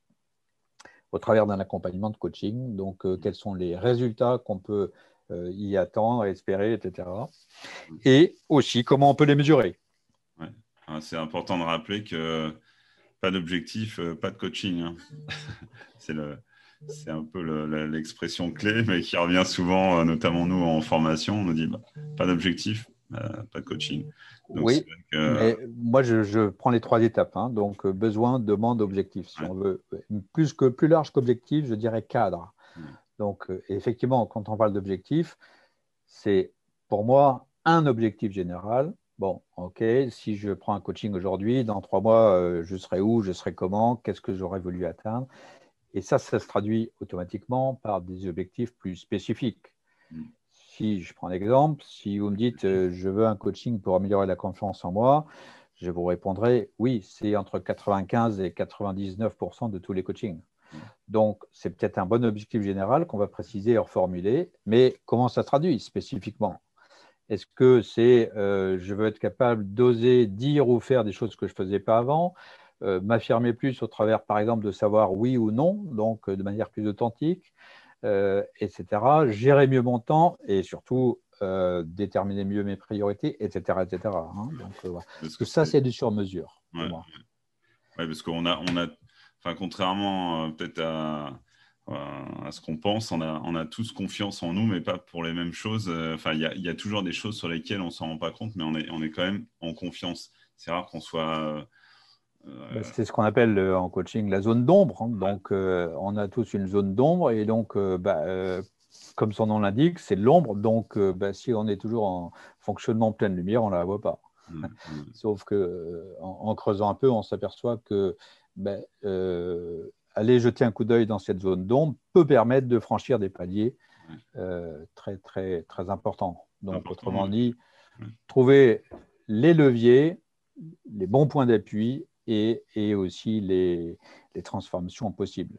au travers d'un accompagnement de coaching? Donc, euh, quels sont les résultats qu'on peut euh, y attendre, espérer, et cetera. Et aussi, comment on peut les mesurer? Ouais. Ah, c'est important de rappeler que pas d'objectif, euh, pas de coaching, hein. C'est le, c'est un peu le- le- l'expression clé, mais qui revient souvent, euh, notamment nous en formation. On nous dit bah, pas d'objectif, euh, pas de coaching. Donc c'est Oui, vrai que mais moi, je, je prends les trois étapes, hein. Donc, euh, besoin, demande, objectif. Si ouais, on veut plus que plus large qu'objectif, je dirais cadre. ouais, Donc, euh, effectivement, quand on parle d'objectif, c'est pour moi un objectif général. Bon, OK, si je prends un coaching aujourd'hui, dans trois mois, euh, je serai où, je serai comment, qu'est-ce que j'aurais voulu atteindre? Et ça, ça se traduit automatiquement par des objectifs plus spécifiques. mm, Si je prends l'exemple, si vous me dites euh, je veux un coaching pour améliorer la confiance en moi, je vous répondrai oui, c'est entre quatre-vingt-quinze et quatre-vingt-dix-neuf pour cent de tous les coachings. mm, Donc, c'est peut-être un bon objectif général qu'on va préciser et reformuler, mais comment ça se traduit spécifiquement? Est-ce que c'est euh, je veux être capable d'oser dire ou faire des choses que je ne faisais pas avant, euh, m'affirmer plus au travers, par exemple, de savoir oui ou non, donc euh, de manière plus authentique, euh, et cetera. Gérer mieux mon temps et surtout euh, déterminer mieux mes priorités, et cetera et cetera, hein. Donc, euh, voilà. parce Tout que ça, c'est c'est du sur-mesure pour ouais, moi. ouais, parce qu'on a, on a, enfin, contrairement euh, peut-être à, à ce qu'on pense, on a, on a tous confiance en nous, mais pas pour les mêmes choses. Euh, Enfin, il y a, il y a toujours des choses sur lesquelles on s'en rend pas compte, mais on est, on est quand même en confiance. C'est rare qu'on soit. euh, Ben, euh, c'est ce qu'on appelle euh, en coaching la zone d'ombre, hein. ouais, Donc, euh, on a tous une zone d'ombre et donc, euh, bah, euh, comme son nom l'indique, c'est de l'ombre. Donc, euh, bah, si on est toujours en fonctionnement pleine lumière, on ne la voit pas. ouais, ouais, Sauf que euh, en, en creusant un peu, on s'aperçoit que ben, euh, aller jeter un coup d'œil dans cette zone d'ombre peut permettre de franchir des paliers ouais. euh, très, très, très importants. C'est Donc, important. autrement Ouais, dit, ouais. trouver les leviers, les bons points d'appui et, et aussi les, les transformations possibles.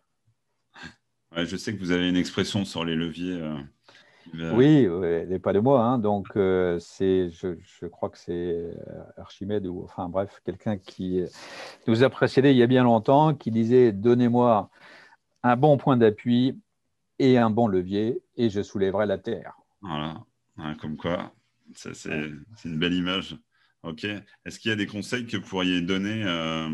Ouais, je sais que vous avez une expression sur les leviers. euh, qui va- Oui, ouais, et pas de moi, hein. Donc, euh, c'est, je, je crois que c'est euh, Archimède, ou enfin bref, quelqu'un qui nous a précédé il y a bien longtemps, qui disait donnez-moi un bon point d'appui et un bon levier, et je soulèverai la terre. Voilà. Ouais, comme quoi, ça, Ouais. c'est c'est une belle image. Ok. Est-ce qu'il y a des conseils que vous pourriez donner euh,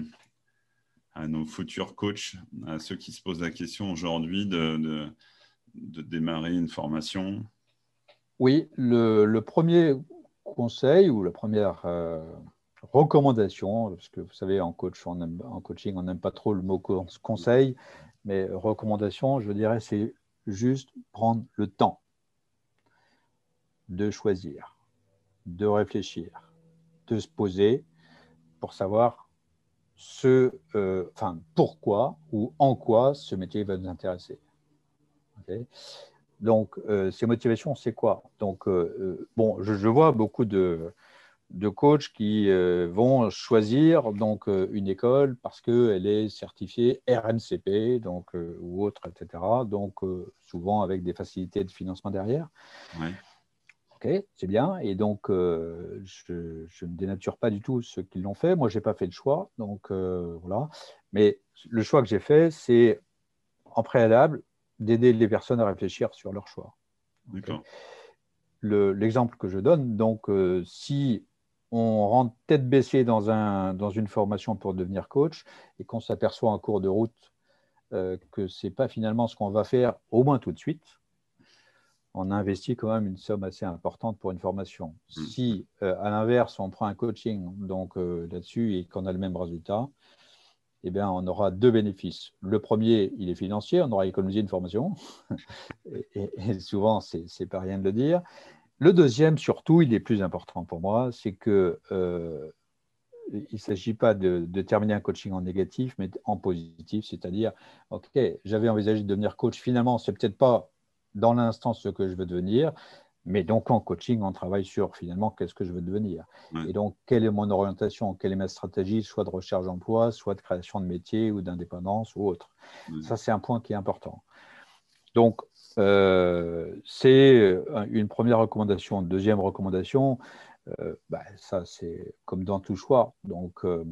à nos futurs coachs, à ceux qui se posent la question aujourd'hui de, de, de démarrer une formation? Oui, le, le premier conseil ou la première euh, recommandation, parce que vous savez, en coach, on aime- en coaching, on n'aime pas trop le mot co- conseil, mais recommandation, je dirais, c'est juste prendre le temps de choisir, de réfléchir, de se poser pour savoir ce, euh, enfin, pourquoi ou en quoi ce métier va nous intéresser. Ok. Donc, euh, ces motivations, c'est quoi? Donc, euh, euh, bon, je, je vois beaucoup de, de coachs qui euh, vont choisir donc euh, une école parce qu'elle est certifiée R N C P, donc euh, ou autre, et cetera. Donc, euh, souvent avec des facilités de financement derrière. Ouais. Ok, c'est bien. Et donc, euh, je, je ne dénature pas du tout ceux qui l'ont fait. Moi, je n'ai pas fait de choix. Donc, euh, voilà. Mais le choix que j'ai fait, c'est en préalable d'aider les personnes à réfléchir sur leur choix. Ok. D'accord. Le, l'exemple que je donne, donc, euh, si on rentre tête baissée dans, un, dans une formation pour devenir coach et qu'on s'aperçoit en cours de route euh, que ce n'est pas finalement ce qu'on va faire, au moins tout de suite, on investit quand même une somme assez importante pour une formation. Mm. Si, euh, à l'inverse, on prend un coaching donc, euh, là-dessus et qu'on a le même résultat, eh bien, on aura deux bénéfices. Le premier, il est financier, on aura économisé une formation, et, et, et souvent, c'est, c'est pas rien de le dire. Le deuxième, surtout, il est plus important pour moi, c'est que euh, il ne s'agit pas de, de terminer un coaching en négatif, mais en positif, c'est-à-dire, OK, j'avais envisagé de devenir coach, finalement, c'est peut-être pas dans l'instant ce que je veux devenir, mais donc en coaching, on travaille sur finalement qu'est-ce que je veux devenir. Ouais. Et donc, quelle est mon orientation, quelle est ma stratégie, soit de recherche d'emploi, soit de création de métier ou d'indépendance ou autre. Ouais. Ça, c'est un point qui est important. Donc, euh, c'est une première recommandation. Deuxième recommandation, euh, bah, ça c'est comme dans tout choix. Donc, euh,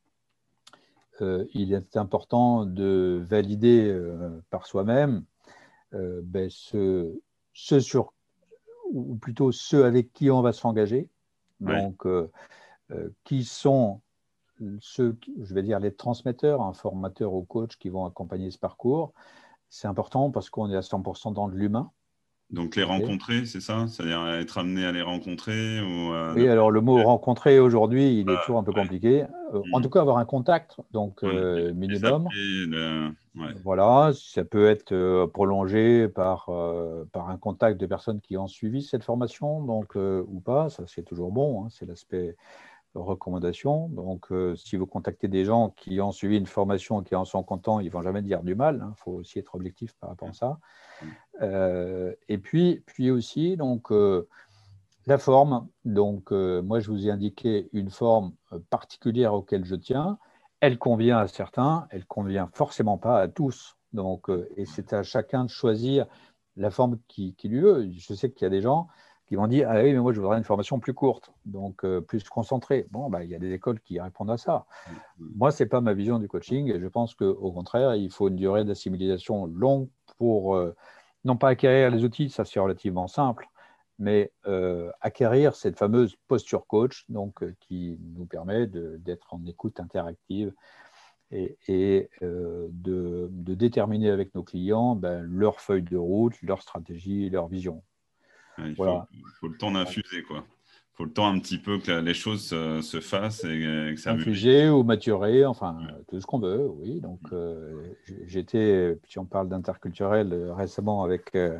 euh, il est important de valider euh, par soi-même euh, ben, ce, ce sur, ou plutôt ceux avec qui on va s'engager. Ouais. Donc, euh, euh, qui sont ceux, je vais dire, les transmetteurs, un formateur ou coach qui vont accompagner ce parcours. C'est important parce qu'on est à cent pour cent dans de l'humain. Donc les Okay. rencontrer, c'est ça? C'est-à-dire être amené à les rencontrer ou à ne Oui, pas... alors le mot rencontrer aujourd'hui, il est toujours un peu Ouais. compliqué. Euh, en Mm. tout cas, avoir un contact, donc Ouais. euh, Les minimum. appeler, le... ouais. Voilà, ça peut être euh, prolongé par, euh, par un contact de personnes qui ont suivi cette formation, donc euh, ou pas, ça c'est toujours bon, hein, c'est l'aspect recommandation. Donc, euh, si vous contactez des gens qui ont suivi une formation et qui en sont contents, ils ne vont jamais dire du mal. Il hein, faut aussi être objectif par rapport à ça. Euh, et puis, puis aussi, donc, euh, la forme. Donc, euh, moi, je vous ai indiqué une forme particulière auquel je tiens. Elle convient à certains, elle convient forcément pas à tous. Donc, euh, et c'est à chacun de choisir la forme qui, qui lui veut. Je sais qu'il y a des gens qui vont dire ah oui, mais moi, je voudrais une formation plus courte, donc euh, plus concentrée. Bon, bah, il y a des écoles qui répondent à ça. Moi, ce n'est pas ma vision du coaching. Et je pense qu'au contraire, il faut une durée d'assimilation longue pour euh, non pas acquérir les outils, ça c'est relativement simple, mais euh, acquérir cette fameuse posture coach, donc euh, qui nous permet de, d'être en écoute interactive et, et euh, de, de, déterminer avec nos clients ben, leur feuille de route, leur stratégie, leur vision. Ouais, il faut, Voilà. faut le temps d'infuser, quoi. Il faut le temps un petit peu que les choses se, se fassent et, et que ça mûrisse. Infusé ou maturé, enfin, Ouais. tout ce qu'on veut, oui. Donc, euh, j'étais, si on parle d'interculturel, récemment avec, euh,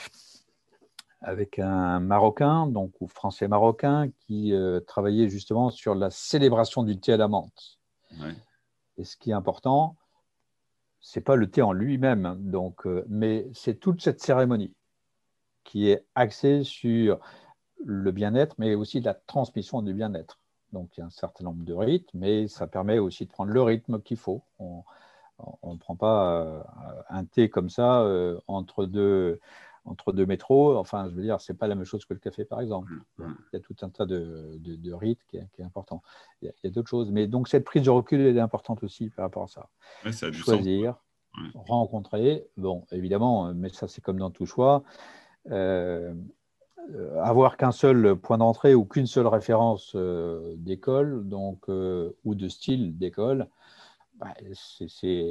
avec un Marocain, donc, ou français-marocain, qui euh, travaillait justement sur la célébration du thé à la menthe. Ouais. Et ce qui est important, c'est pas le thé en lui-même, donc, euh, mais c'est toute cette cérémonie qui est axée sur le bien-être, mais aussi la transmission du bien-être. Donc, il y a un certain nombre de rythmes, mais ça permet aussi de prendre le rythme qu'il faut. On ne prend pas euh, un thé comme ça euh, entre, deux, entre deux métros. Enfin, je veux dire, ce n'est pas la même chose que le café, par exemple. Ouais. Bon, il y a tout un tas de, de, de rythmes qui est, qui est important. Il y a, a d'autres choses. Mais donc, cette prise de recul, elle est importante aussi par rapport à ça. Ouais, ça a du sens. Choisir, Ouais. rencontrer, bon, évidemment, mais ça, c'est comme dans tout choix. Euh, euh, avoir qu'un seul point d'entrée ou qu'une seule référence euh, d'école, donc euh, ou de style d'école, bah, c'est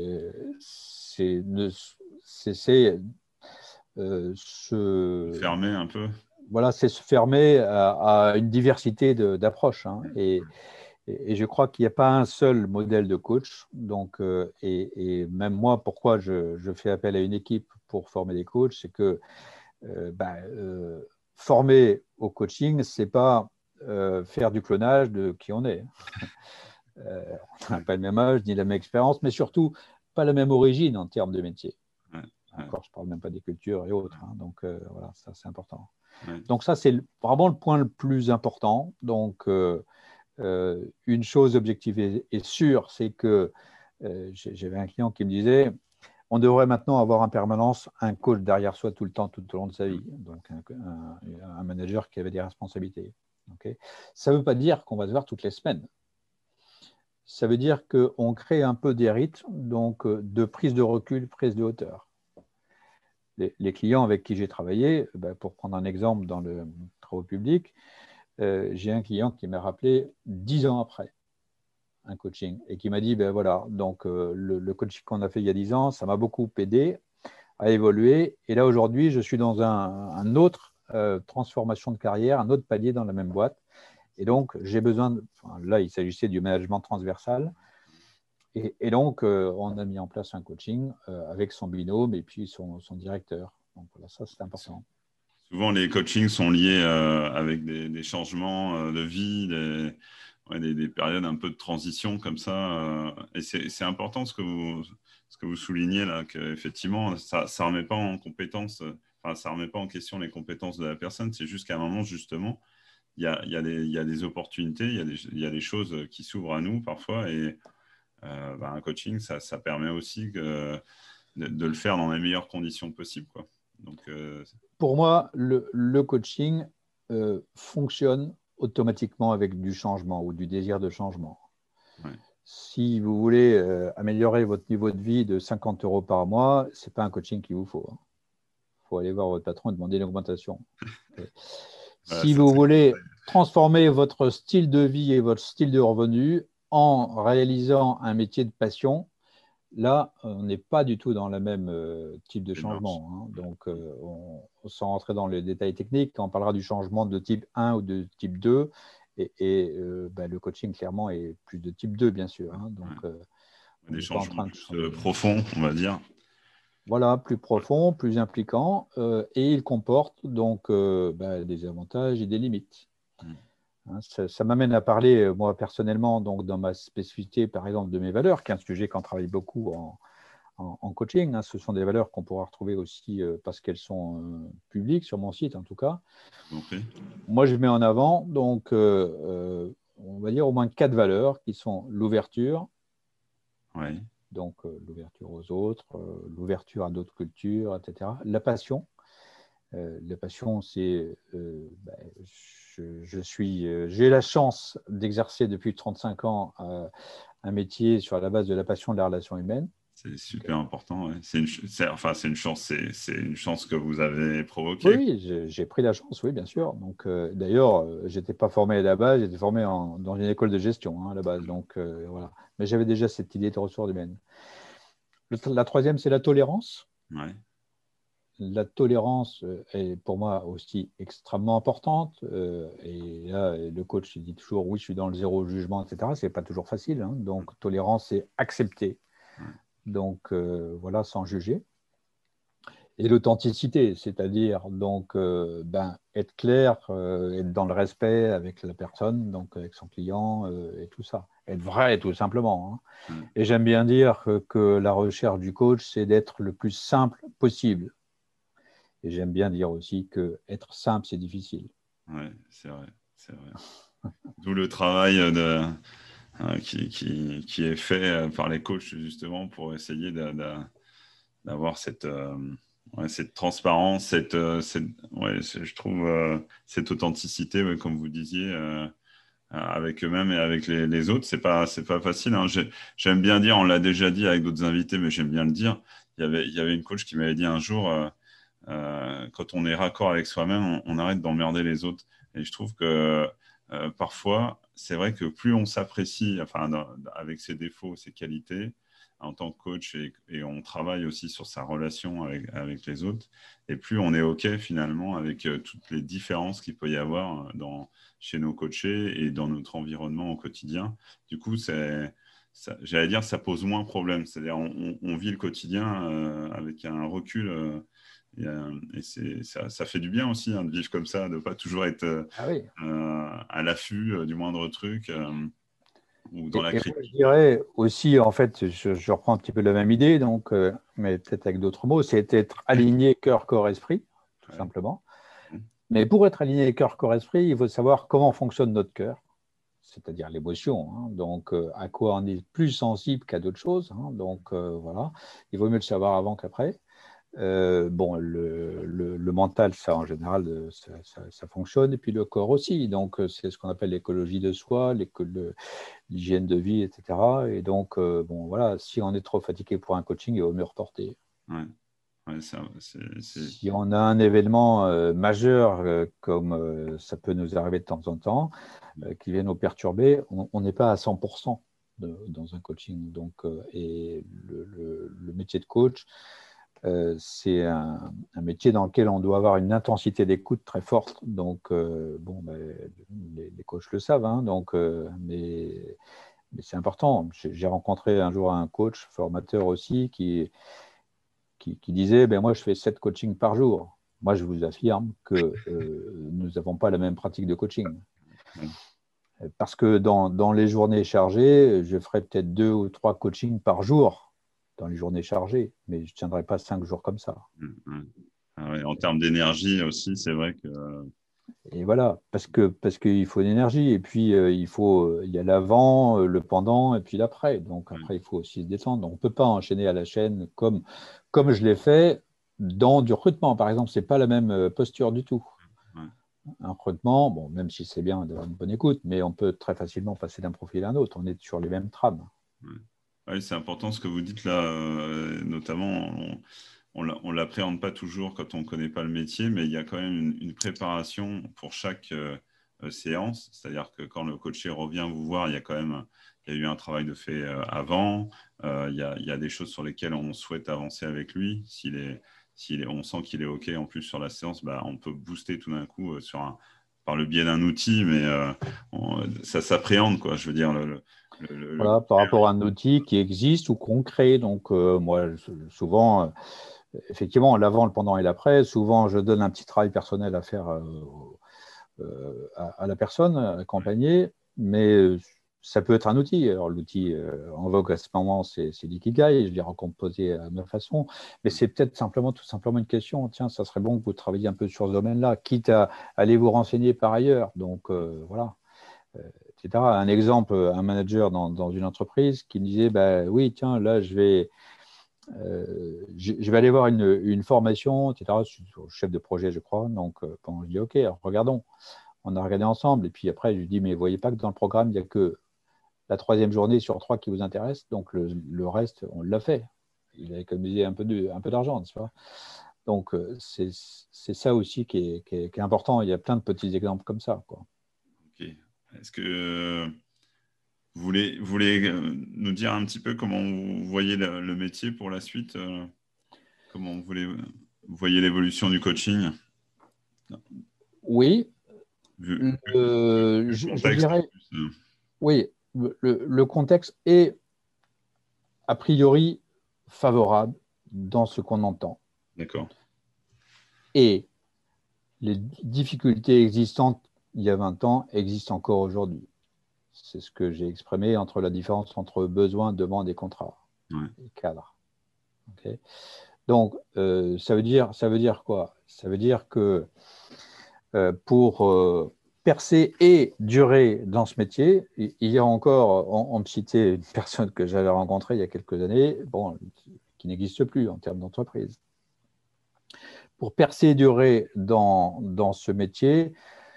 c'est euh, se Fermer un peu. voilà, c'est se fermer à, à une diversité d'approches. Hein, et, et, je crois qu'il n'y a pas un seul modèle de coach. Donc, euh, et, et, même moi, pourquoi je, je, fais appel à une équipe pour former des coachs, c'est que euh, bah, euh, former au coaching, c'est pas euh, faire du clonage de qui on est. Euh, on n'a pas le même âge, ni la même expérience, mais surtout pas la même origine en termes de métier. Ouais. Ouais. Encore, je ne parle même pas des cultures et autres. Hein, donc, euh, voilà, ça, c'est important. Ouais. Donc, ça, c'est vraiment le point le plus important. Donc, euh, euh, une chose objective et, et sûre, c'est que euh, j'avais un client qui me disait on devrait maintenant avoir en permanence un coach derrière soi tout le temps, tout au long de sa vie. Donc, un, un, un manager qui avait des responsabilités. Okay, ça ne veut pas dire qu'on va se voir toutes les semaines. Ça veut dire qu'on crée un peu des rythmes donc, de prise de recul, prise de hauteur. Les, les clients avec qui j'ai travaillé, ben, pour prendre un exemple dans le travail public, euh, j'ai un client qui m'a rappelé dix ans après un coaching et qui m'a dit, ben voilà, donc euh, le, le coaching qu'on a fait il y a dix ans, ça m'a beaucoup aidé à évoluer. Et là, aujourd'hui, je suis dans un, un autre euh, transformation de carrière, un autre palier dans la même boîte. Et donc, j'ai besoin, de, enfin, là, il s'agissait du management transversal. Et, et donc, euh, on a mis en place un coaching euh, avec son binôme et puis son, son directeur. Donc, voilà, ça, c'est important. Souvent, les coachings sont liés euh, avec des, des changements euh, de vie, des, ouais, des, des périodes un peu de transition comme ça. Euh, et c'est important ce que vous, ce que vous soulignez là, qu'effectivement, ça ne remet pas en compétence, enfin, ça remet pas en question les compétences de la personne. C'est juste qu'à un moment, justement, il y a, il y a des, il y a des opportunités, il y a des, il y a des choses qui s'ouvrent à nous parfois. Et euh, bah, un coaching, ça, ça permet aussi que de, de le faire dans les meilleures conditions possibles, quoi. Donc, euh... Pour moi, le, le coaching euh, fonctionne automatiquement avec du changement ou du désir de changement. Ouais. Si vous voulez euh, améliorer votre niveau de vie de cinquante euros par mois, ce n'est pas un coaching qu'il vous faut. Il hein. faut aller voir votre patron et demander une augmentation. Voilà, si ça, vous voulez transformer votre style de vie et votre style de revenu en réalisant un métier de passion, là, on n'est pas du tout dans le même euh, type de changement. Hein. Donc, euh, on, sans rentrer dans les détails techniques, quand on parlera du changement de type un ou de type deux, et, et euh, ben, le coaching, clairement, est plus de type deux, bien sûr. Hein. Donc, ouais. euh, on Des changements pas en train de plus changer. profonds, on va dire. Voilà, plus profond, plus impliquant, euh, et il comporte donc euh, ben, des avantages et des limites. Mm. Hein, ça, ça m'amène à parler, moi, personnellement, donc, dans ma spécificité, par exemple, de mes valeurs, qui est un sujet qu'on travaille beaucoup en En, en coaching. Hein. Ce sont des valeurs qu'on pourra retrouver aussi euh, parce qu'elles sont euh, publiques sur mon site, en tout cas. Okay. Moi, je mets en avant, donc, euh, euh, on va dire au moins quatre valeurs qui sont l'ouverture, ouais. donc euh, l'ouverture aux autres, euh, l'ouverture à d'autres cultures, et cetera. La passion. Euh, la passion, c'est euh, ben, je, je suis, euh, j'ai la chance d'exercer depuis trente-cinq ans euh, un métier sur la base de la passion de la relation humaine. C'est super okay. important. Ouais. C'est une, c'est, enfin, c'est une chance. C'est, c'est une chance que vous avez provoquée. Oui, oui j'ai, j'ai pris la chance, oui, bien sûr. Donc, euh, d'ailleurs, euh, j'étais pas formé à la base. J'étais formé en, dans une école de gestion hein, à la base. Donc, euh, voilà. Mais j'avais déjà cette idée de ressources humaines. Le, la troisième, c'est la tolérance. Ouais. La tolérance est pour moi aussi extrêmement importante. Euh, et là, le coach dit toujours, oui, je suis dans le zéro jugement, et cetera. C'est pas toujours facile. Hein. Donc, tolérance, c'est accepter. Ouais. Donc, euh, voilà, sans juger. Et l'authenticité, c'est-à-dire donc euh, ben, être clair, euh, être dans le respect avec la personne, donc avec son client euh, et tout ça. Être vrai, tout simplement. Hein. Mm. Et j'aime bien dire que, que la recherche du coach, c'est d'être le plus simple possible. Et j'aime bien dire aussi que être simple, c'est difficile. Oui, c'est vrai, c'est vrai. D'où le travail de, euh, qui, qui, qui est fait par les coachs justement pour essayer de, de, d'avoir cette, euh, ouais, cette transparence, cette, euh, cette, ouais, je trouve euh, cette authenticité, ouais, comme vous disiez, euh, avec eux-mêmes et avec les, les autres. C'est pas, c'est pas facile. Hein. J'aime bien dire, on l'a déjà dit avec d'autres invités, mais j'aime bien le dire. Il y avait, il y avait une coach qui m'avait dit un jour. Euh, Euh, quand on est raccord avec soi-même, on, on arrête d'emmerder les autres. Et je trouve que euh, parfois, c'est vrai que plus on s'apprécie, enfin, dans, avec ses défauts, ses qualités, en tant que coach, et, et on travaille aussi sur sa relation avec, avec les autres, et plus on est OK finalement avec euh, toutes les différences qu'il peut y avoir dans, chez nos coachés et dans notre environnement au quotidien. Du coup, c'est... j'allais dire, ça pose moins de problème. C'est-à-dire, on, on, vit le quotidien euh, avec un recul euh, et, euh, et c'est, ça, ça fait du bien aussi hein, de vivre comme ça, de ne pas toujours être euh, ah oui. euh, à l'affût euh, du moindre truc euh, ou dans et, la critique. Moi, je dirais aussi, en fait, je, je, reprends un petit peu la même idée, donc, euh, mais peut-être avec d'autres mots, c'est être aligné cœur, corps, esprit, tout ouais. simplement. Mmh. Mais pour être aligné cœur, corps, esprit, il faut savoir comment fonctionne notre cœur, c'est-à-dire l'émotion. Hein, donc, euh, à quoi on est plus sensible qu'à d'autres choses. Hein, donc, euh, voilà, il vaut mieux le savoir avant qu'après. Euh, bon, le, le, le mental, ça en général, ça, ça, ça fonctionne, et puis le corps aussi. Donc, c'est ce qu'on appelle l'écologie de soi, l'hygiène de vie, et cetera. Et donc, euh, bon, voilà, si on est trop fatigué pour un coaching, il vaut mieux reporter. Ouais. Ouais, ça, c'est, c'est... Si on a un événement euh, majeur, euh, comme euh, ça peut nous arriver de temps en temps, euh, qui vient nous perturber, on n'est pas à cent pour cent de, dans un coaching. Donc, euh, et le, le, le métier de coach, Euh, c'est un, un métier dans lequel on doit avoir une intensité d'écoute très forte. Donc, euh, bon, ben, les, les coachs le savent, hein, donc, euh, mais, mais c'est important. J'ai, j'ai rencontré un jour un coach, formateur aussi, qui, qui, qui disait ben, moi, je fais sept coachings par jour. Moi, je vous affirme que euh, nous n'avons pas la même pratique de coaching. Parce que dans, dans les journées chargées, je ferai peut-être deux ou trois coachings par jour dans les journées chargées, mais je ne tiendrai pas cinq jours comme ça. Ah ouais, en termes d'énergie aussi, c'est vrai que… Et voilà, parce que parce qu'il faut une énergie, et puis euh, il faut, euh, il y a l'avant, euh, le pendant, et puis l'après. Donc Ouais, après, il faut aussi se descendre. On ne peut pas enchaîner à la chaîne comme, comme je l'ai fait dans du recrutement, par exemple. C'est pas la même euh, posture du tout. ouais, Un recrutement, bon, même si c'est bien d'avoir une bonne écoute, mais on peut très facilement passer d'un profil à un autre. On est sur les mêmes trames. ouais. Ouais, c'est important ce que vous dites là, euh, notamment. On l'a- on l'appréhende pas toujours quand on ne connaît pas le métier, mais il y a quand même une, une préparation pour chaque euh, euh, séance. C'est-à-dire que quand le coaché revient vous voir, il y a quand même il y a eu un travail de fait euh, avant. Euh, il y a, il y a des choses sur lesquelles on souhaite avancer avec lui. S'il est, s'il est, on sent qu'il est OK en plus sur la séance, bah, on peut booster tout d'un coup euh, sur un, par le biais d'un outil, mais euh, on- ça s'appréhende, quoi. Je veux dire, le, le, le, le- le Voilà, par rapport à un outil qui existe ou qu'on crée. Donc, euh, moi, souvent, euh, effectivement, l'avant, le pendant et l'après, souvent, je donne un petit travail personnel à faire euh, euh, à, à la personne accompagnée, mais euh, ça peut être un outil. Alors, l'outil euh, en vogue à ce moment, c'est c'est l'ikigai, je l'ai recomposé à ma façon, mais c'est peut-être simplement, tout simplement une question. Tiens, ça serait bon que vous travailliez un peu sur ce domaine-là, quitte à aller vous renseigner par ailleurs. Donc, euh, voilà. Euh, et cetera. Un exemple, un manager dans, dans une entreprise qui me disait, bah, oui, tiens, là, je vais, euh, je, je vais aller voir une, une formation, et cetera, chef de projet, je crois. Donc, euh, bon, je dis, OK, alors, regardons. On a regardé ensemble. Et puis après, je lui dis, mais vous ne voyez pas que dans le programme, il n'y a que la troisième journée sur trois qui vous intéresse. Donc, le, le reste, on l'a fait. Il a économisé un peu de, un peu d'argent, n'est-ce pas? Donc, euh, c'est c'est ça aussi qui est, qui est- qui est important. Il y a plein de petits exemples comme ça, quoi. OK. Est-ce que euh, vous voulez, vous voulez euh, nous dire un petit peu comment vous voyez le, le métier pour la suite? euh, comment vous voulez, vous voyez l'évolution du coaching, Oui, vu, vu- le- vu le je, je contexte en dirais, plus. euh, oui, le, le contexte est a priori favorable dans ce qu'on entend. D'accord. Et les difficultés existantes il y a vingt ans existent encore aujourd'hui. C'est ce que j'ai exprimé entre la différence entre besoin, demande et contrat, Ouais. et cadre. Okay. Donc, euh, ça, veut dire, ça veut dire quoi? Ça veut dire que euh, pour euh, percer et durer dans ce métier, il y a encore, on, on me citait une personne que j'avais rencontrée il y a quelques années, bon, qui n'existe plus en termes d'entreprise. Pour percer et durer dans, dans ce métier,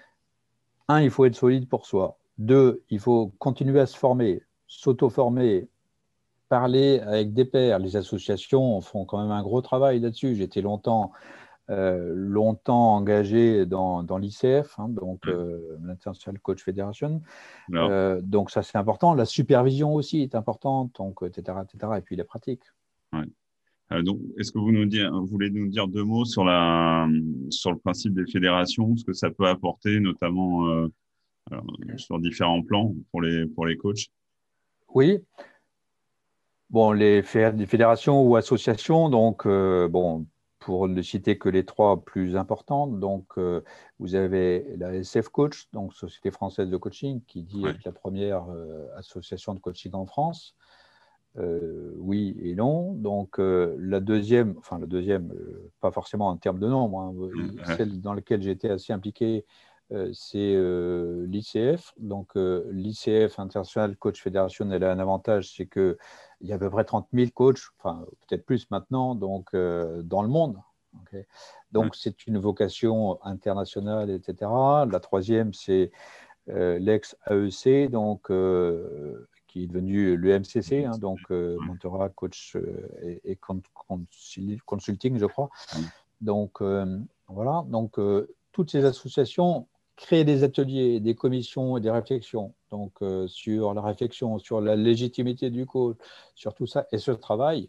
un, il faut être solide pour soi. Deux, il faut continuer à se former, s'auto-former, parler avec des pairs. Les associations font quand même un gros travail là-dessus. J'étais longtemps, euh, longtemps engagé dans, dans l'I C F, hein, donc Ouais. euh, l'International Coach Federation. Alors, Euh, donc ça, c'est important. La supervision aussi est importante, donc, et cetera, et cetera. Et puis les pratiques. ouais. Euh, donc, est-ce que vous nous dire, vous voulez nous dire deux mots sur la, sur le principe des fédérations, ce que ça peut apporter, notamment euh, alors, sur différents plans pour les, pour les coachs? Oui, bon, les fédérations ou associations, donc, euh, bon, pour ne citer que les trois plus importantes, donc, euh, vous avez la S F Coach, donc Société française de coaching, qui dit Ouais. être la première euh, association de coaching en France. Euh, oui et non. Donc, euh, la deuxième, enfin, la deuxième, euh, pas forcément en termes de nombre, hein, Ouais. celle dans laquelle j'ai été assez impliqué, euh, c'est euh, l'I C F. Donc, euh, l'I C F, International Coach Federation, elle a un avantage, c'est qu'il y a à peu près trente mille coachs, enfin, peut-être plus maintenant, donc, euh, dans le monde. Okay. Ouais. Donc, c'est une vocation internationale, et cetera. La troisième, c'est euh, l'ex-A E C, donc, euh, qui est devenu le M C C, hein, donc euh, Ouais. Mentorat, Coach euh, et, et Consulting, je crois. Donc, euh, voilà. Donc, euh, toutes ces associations créent des ateliers, des commissions et des réflexions. Donc, euh, sur la réflexion, sur la légitimité du coach, sur tout ça. Et ce travail,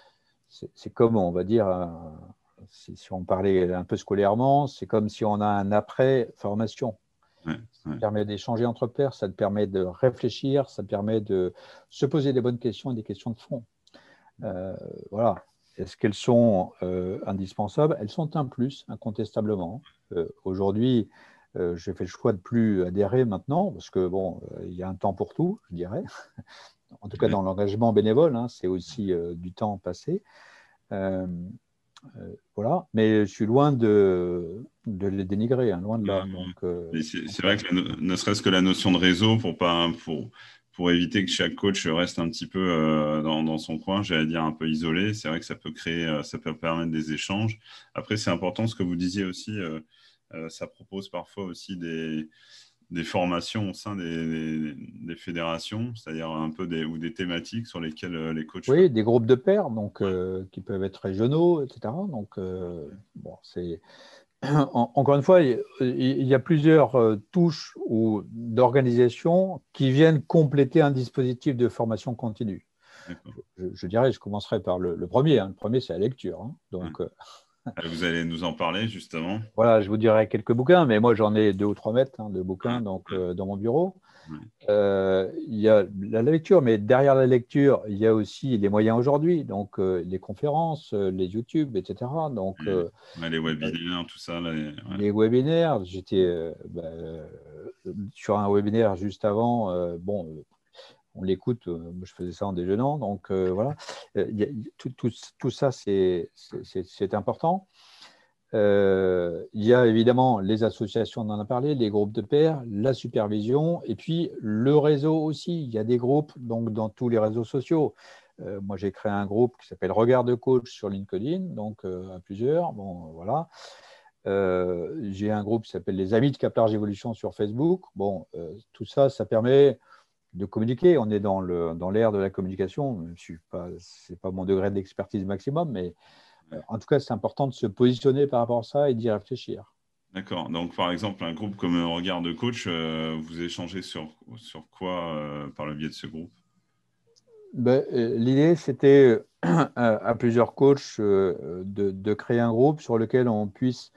c'est comme, on va dire, un, si, si on parlait un peu scolairement, c'est comme si on a un après-formation. Ouais. Ça Ouais. permet d'échanger entre pairs, ça te permet de réfléchir, ça te permet de se poser des bonnes questions et des questions de fond. Euh, voilà. Est-ce qu'elles sont euh, indispensables? Elles sont un plus, incontestablement. Euh, Aujourd'hui, euh, j'ai fait le choix de plus adhérer maintenant, parce que bon, euh, il y a un temps pour tout, je dirais. En tout cas, Ouais. dans l'engagement bénévole, hein, c'est aussi euh, du temps passé. Euh, Euh, voilà, mais je suis loin de, de les dénigrer, hein, loin de là. Donc, euh, Mais c'est au c'est vrai contraire. que la no- ne serait-ce que la notion de réseau pour pas pour pour éviter que chaque coach reste un petit peu euh, dans, dans son coin, j'allais dire un peu isolé. C'est vrai que ça peut créer, euh, ça peut permettre des échanges. Après, c'est important ce que vous disiez aussi. Euh, euh, ça propose parfois aussi des des formations au sein des, des- des fédérations, c'est-à-dire un peu des ou des thématiques sur lesquelles euh, les coachs peuvent. Oui, des groupes de pairs, donc, euh, qui peuvent être régionaux, et cetera. Donc, euh, bon, c'est en- encore une fois, il il y a plusieurs euh, touches ou d'organisation qui viennent compléter un dispositif de formation continue. D'accord. Je, je dirais, je commencerai par le, le premier, hein. Le premier, c'est la lecture, hein. Ouais. Donc, euh, Euh, Vous allez nous en parler justement. voilà, je vous dirai quelques bouquins, mais moi, j'en ai deux ou trois mètres, hein, de Ouais, bouquins donc, ouais, euh, dans mon bureau. ouais. Euh, il y a la lecture, mais derrière la lecture, il y a aussi les moyens aujourd'hui, donc euh, les conférences, euh, les YouTube, et cetera. Donc, Et- euh, ouais, les euh, webinaires, tout ça. Là, les- ouais. les webinaires, j'étais euh, bah, euh, sur un webinaire juste avant. Euh, bon, euh, on l'écoute, euh, moi, je faisais ça en déjeunant, donc euh, voilà. Euh, il y a- tout, tout- tout ça, c'est c'est- c'est- c'est important. Euh, il y a évidemment les associations, on en a parlé, les groupes de pairs, la supervision, et puis le réseau aussi. Il y a des groupes donc, dans tous les réseaux sociaux. Euh, moi, j'ai créé un groupe qui s'appelle Regard de coach sur LinkedIn, donc euh, à plusieurs. Bon, voilà. Euh, j'ai un groupe qui s'appelle les Amis de Cap-Large Évolution sur Facebook. Bon, euh, tout ça, ça permet de communiquer. On est dans le, dans l'ère de la communication. Ce n'est pas mon degré d'expertise maximum, mais euh, en tout cas, c'est important de se positionner par rapport à ça et d'y réfléchir. D'accord. Donc, par exemple, un groupe comme Regard de Coach, euh, vous échangez sur, sur quoi euh, par le biais de ce groupe? Ben, euh, l'idée, c'était euh, à plusieurs coachs euh, de, de créer un groupe sur lequel on puisse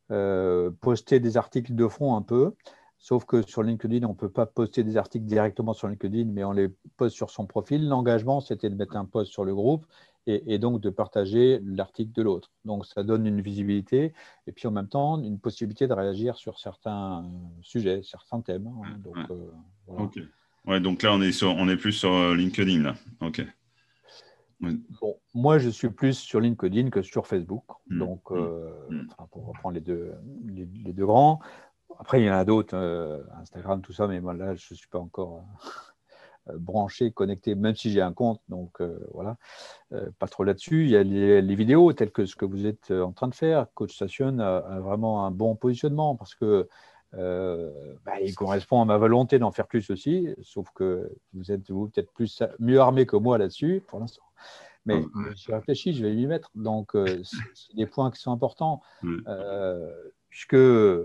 euh, poster des articles de fond un peu. Sauf que sur LinkedIn, on ne peut pas poster des articles directement sur LinkedIn, mais on les poste sur son profil. L'engagement, c'était de mettre un post sur le groupe et, et donc de partager l'article de l'autre. Donc, ça donne une visibilité et puis en même temps, une possibilité de réagir sur certains sujets, certains thèmes, Ouais, hein. Donc, ouais. euh, voilà. Ok. Ouais, donc là, on est sur, on est plus sur euh, LinkedIn, là. Ok. Ouais. Bon, moi, je suis plus sur LinkedIn que sur Facebook. Hmm, Donc, hmm, euh, hmm. enfin, pour reprendre les deux, les, les deux grands. Après, il y en a d'autres, euh, Instagram, tout ça, mais moi, là, je ne suis pas encore euh, branché, connecté, même si j'ai un compte. Donc, euh, voilà, euh, pas trop là-dessus. Il y a les, les vidéos, telles que ce que vous êtes en train de faire. Coach Station a, a vraiment un bon positionnement parce que euh, bah, il correspond à ma volonté d'en faire plus aussi, sauf que vous êtes vous peut-être plus mieux armé que moi là-dessus pour l'instant. Ah, Mais, bah, mais j'ai réfléchi, je vais m'y mettre. Donc, euh, c'est des points qui sont importants, ouais, euh, puisque euh,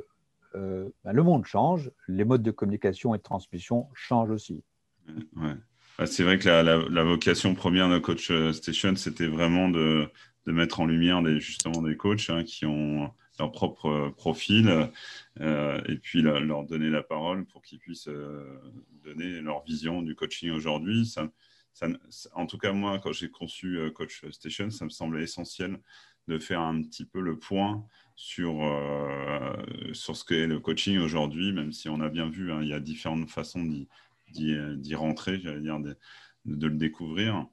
ben, le monde change, les modes de communication et de transmission changent aussi. ouais, ouais. Ah, c'est vrai que la, la- la vocation première de Coach euh, Station, c'était vraiment de, de mettre en lumière des, justement des coachs hein, qui ont leur propre euh, profil euh, et puis la- leur donner la parole pour qu'ils puissent euh, donner leur vision du coaching aujourd'hui. Ça, ça- en tout cas, moi, quand j'ai conçu euh, Coach Station, ça me semblait essentiel de faire un petit peu le point sur, euh, sur ce qu'est le coaching aujourd'hui, même si on a bien vu, hein, il y a différentes façons d'y d'y d'y rentrer, j'allais dire, de, de le découvrir.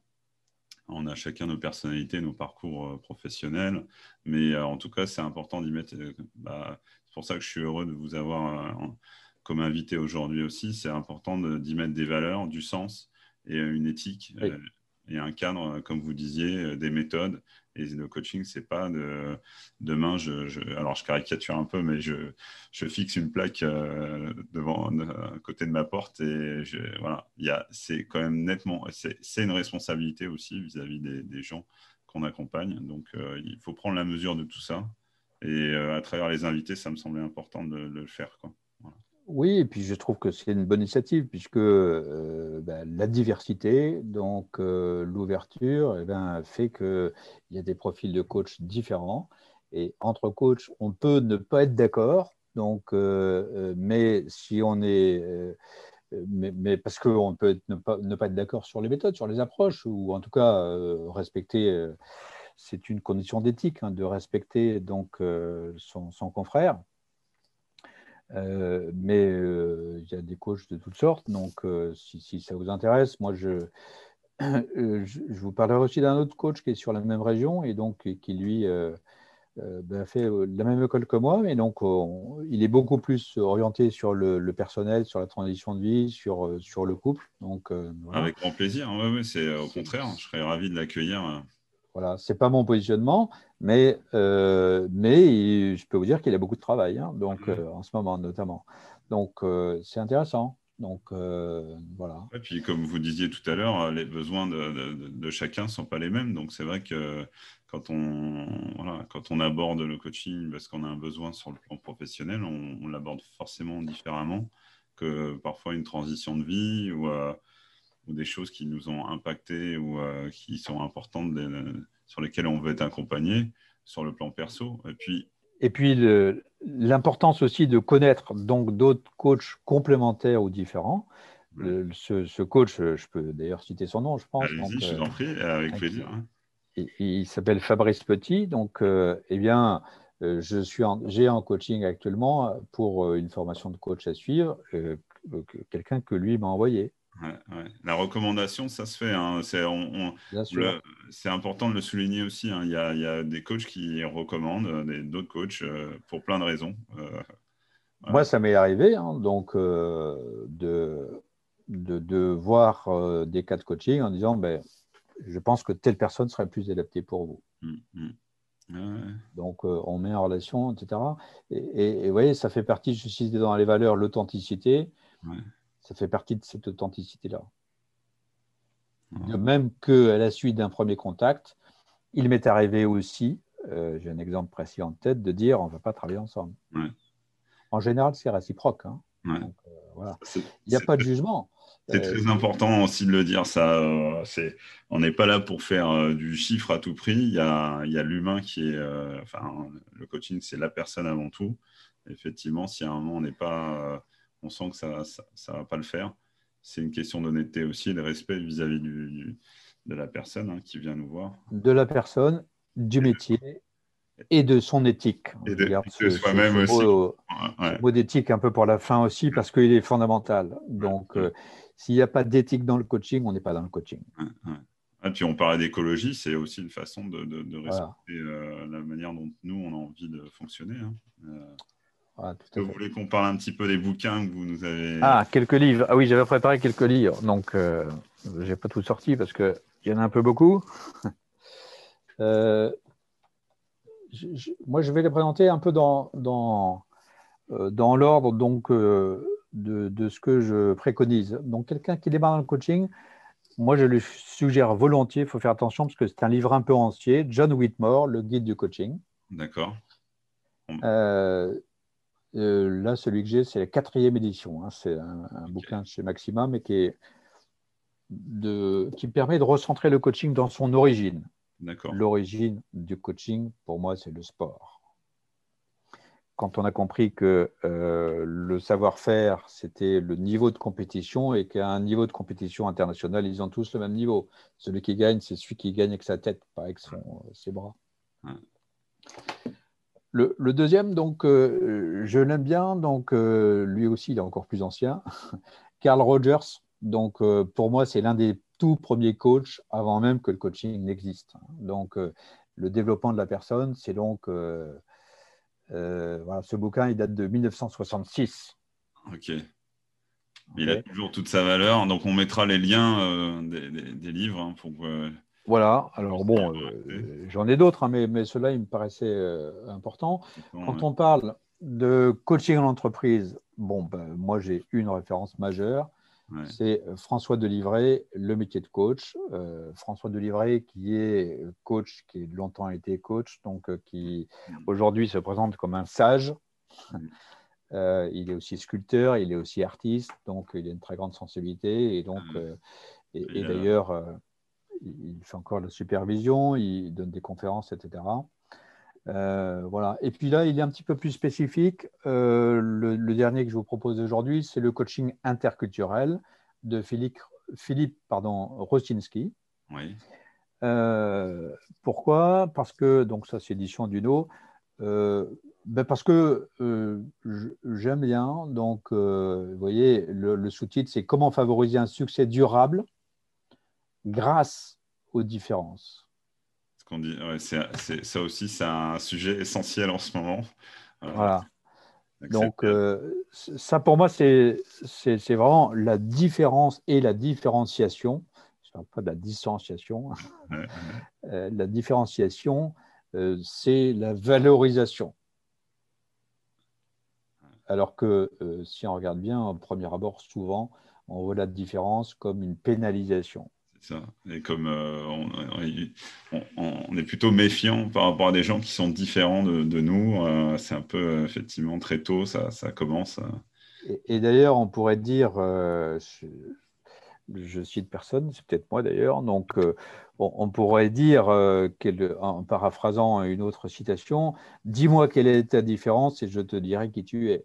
On a chacun nos personnalités, nos parcours euh, professionnels, mais euh, en tout cas, c'est important d'y mettre. Euh, bah, c'est pour ça que je suis heureux de vous avoir euh, en- comme invité aujourd'hui aussi. C'est important de- d'y mettre des valeurs, du sens et euh, une éthique Oui. euh, et un cadre, euh, comme vous disiez, euh, des méthodes. Et le coaching, c'est pas de demain, je, je- alors je caricature un peu, mais je, je fixe une plaque euh, devant euh, à côté de ma porte et je, voilà, il y a, c'est quand même nettement, c'est c'est une responsabilité aussi vis-à-vis des, des gens qu'on accompagne. Donc euh, il faut prendre la mesure de tout ça et euh, à travers les invités, ça me semblait important de, de le faire, quoi. Voilà. Oui, et puis je trouve que c'est une bonne initiative puisque euh, ben, la diversité, donc euh, l'ouverture, eh ben, fait qu'il y a des profils de coachs différents. Et entre coachs, on peut ne pas être d'accord. Donc, euh, euh, mais si on est, euh, mais, mais parce qu'on peut être- ne pas, ne pas être d'accord sur les méthodes, sur les approches, ou en tout cas euh, respecter, euh, c'est une condition d'éthique hein, de respecter donc euh, son, son confrère. Euh, mais euh, il y a des coachs de toutes sortes, donc euh, si, si ça vous intéresse, moi je, je, je vous parlerai aussi d'un autre coach qui est sur la même région et donc qui, lui, euh, euh, ben, fait la même école que moi. Mais donc, on, il est beaucoup plus orienté sur le, le personnel, sur la transition de vie, sur, sur le couple. Donc, euh, voilà. Avec grand plaisir. Ouais, ouais, c'est au contraire, je serais ravi de l'accueillir. Voilà, ce n'est pas mon positionnement, mais, euh, mais il- je peux vous dire qu'il a beaucoup de travail, hein, donc, Mhm. euh, en ce moment notamment. Donc, euh, c'est intéressant. Donc, euh, voilà. Et puis, comme vous disiez tout à l'heure, les besoins de, de- de chacun ne sont pas les mêmes. Donc, c'est vrai que quand on, voilà, quand on aborde le coaching parce qu'on a un besoin sur le plan professionnel, on, on l'aborde forcément différemment que parfois une transition de vie ou, euh, ou des choses qui nous ont impactés ou euh, qui sont importantes, de- sur lesquelles on veut être accompagné sur le plan perso. Et puis, Et puis, le- l'importance aussi de connaître donc d'autres coachs complémentaires ou différents. ouais. Le- ce, ce coach, je peux d'ailleurs citer son nom, je pense. Allez-y, Donc, je euh, vous en prie, avec qui- plaisir. Hein. il, il s'appelle Fabrice Petit. Donc, euh, eh bien, euh, je suis en- j'ai en coaching actuellement pour euh, une formation de coach à suivre, euh, que- quelqu'un que lui m'a envoyé, Ouais, ouais. La recommandation, ça se fait. Hein. C'est on- on- bien sûr. le- c'est important de le souligner aussi. Hein. Il y a, il y a des coachs qui recommandent, euh, des- d'autres coachs euh, pour plein de raisons. Euh, Moi, voilà. ça m'est arrivé, hein, donc, euh, de, de, de voir euh, des cas de coaching en disant, ben, je pense que telle personne serait plus adaptée pour vous. Mm, mm. Ouais, Donc, euh, on met en relation, et cetera. Et, et, et vous voyez, ça fait partie, je citais dans les valeurs, l'authenticité, ouais, ça fait partie de cette authenticité-là. De ouais. même qu'à la suite d'un premier contact, il m'est arrivé aussi, euh, j'ai un exemple précis en tête, de dire on ne va pas travailler ensemble. Ouais, En général, c'est réciproque, hein. ouais. Donc, euh, voilà. C'est Il n'y a c'est pas de très, jugement. c'est Euh, très important aussi de le dire. Ça, euh, c'est, on n'est pas là pour faire euh, du chiffre à tout prix. Il y a, il y a l'humain qui est, euh, enfin, le coaching, c'est la personne avant tout. Effectivement, si à un moment on n'est pas, euh, on sent que ça, ça, ça va pas le faire, c'est une question d'honnêteté aussi et de respect vis-à-vis du, du- de la personne hein, qui vient nous voir de la personne, du métier et de son éthique. et Je de, garde de ce, ce- soi-même ce aussi. mot, ce Ouais, mot d'éthique un peu pour la fin aussi parce qu'il est fondamental. ouais, Donc, ouais, euh, s'il n'y a pas d'éthique dans le coaching, on n'est pas dans le coaching. ouais, ouais. Ah, puis on parlait d'écologie, c'est aussi une façon de, de- de Voilà, respecter euh, la manière dont nous on a envie de fonctionner. Hein. Euh, voilà, Est-ce tout que à vous fait. voulez qu'on parle un petit peu des bouquins que vous nous avez... Ah, quelques livres. Ah oui, j'avais préparé quelques livres. Donc, euh, je n'ai pas tout sorti parce qu'il y en a un peu beaucoup. Euh, je, je, moi, je vais les présenter un peu dans, dans, euh, dans l'ordre donc, euh, de, de ce que je préconise. Donc, quelqu'un qui démarre dans le coaching, moi, je lui suggère volontiers, il faut faire attention parce que c'est un livre un peu ancien, John Whitmore, Le guide du coaching. D'accord. On- Euh, euh, là, celui que j'ai, c'est la quatrième édition, hein. C'est un, un ok. bouquin de chez Maxima, mais qui, est de, qui permet de recentrer le coaching dans son origine. D'accord. L'origine du coaching, pour moi, c'est le sport. Quand on a compris que euh, le savoir-faire, c'était le niveau de compétition et qu'à un niveau de compétition international, ils ont tous le même niveau. Celui qui gagne, c'est celui qui gagne avec sa tête, pas avec son, ses bras. Ouais. Le, le deuxième, donc, euh, je l'aime bien, donc euh, lui aussi, il est encore plus ancien. Carl Rogers, donc euh, pour moi, c'est l'un des tout premiers coachs avant même que le coaching n'existe. Donc, euh, le développement de la personne, c'est donc euh, euh, voilà, ce bouquin, il date de mille neuf cent soixante-six. Ok. Il a Okay. toujours toute sa valeur. Donc on mettra les liens euh, des, des- des livres hein, pour que vous Voilà, alors puissiez bon, avoir accès. euh, j'en ai d'autres, hein, mais, mais ceux-là, il me paraissait euh, important. Important, Quand ouais. on parle de coaching en entreprise, bon, ben, moi, j'ai une référence majeure, Ouais. c'est François Delivray, le métier de coach. Euh, François Delivray, qui est coach, qui a longtemps été coach, donc euh, qui Mm. aujourd'hui se présente comme un sage. Mm. Euh, il est aussi sculpteur, il est aussi artiste, donc il a une très grande sensibilité. Et donc, Euh, euh, et, et il a- d'ailleurs, euh, il fait encore la supervision, il donne des conférences, et cetera. Euh, voilà. Et puis là, il est un petit peu plus spécifique. Euh, le, le dernier que je vous propose aujourd'hui, c'est le coaching interculturel de Philippe, Philippe pardon, Rosinski. Oui. Euh, pourquoi? Parce que, donc ça c'est édition d'Uno, euh, ben parce que euh, j'aime bien, donc euh, vous voyez, le, le sous-titre c'est Comment favoriser un succès durable grâce aux différences. Ce qu'on dit, ouais, c'est, c'est, ça aussi, c'est un sujet essentiel en ce moment. Euh, Voilà. Donc, euh, ça, pour moi, c'est, c'est, c'est vraiment la différence et la différenciation. Je ne parle pas de la distanciation. Ouais, ouais. Euh, la différenciation, euh, c'est la valorisation. Alors que, euh, si on regarde bien, au premier abord, souvent, on voit la différence comme une pénalisation. C'est ça. Et comme euh, on, on, on est plutôt méfiant par rapport à des gens qui sont différents de, de nous, euh, c'est un peu, effectivement, très tôt, ça, ça commence. Euh... Et, et d'ailleurs, on pourrait dire, euh, je, je cite personne, c'est peut-être moi d'ailleurs, donc euh, on, on pourrait dire, euh, quel, en paraphrasant une autre citation, « Dis-moi quelle est ta différence et je te dirai qui tu es. »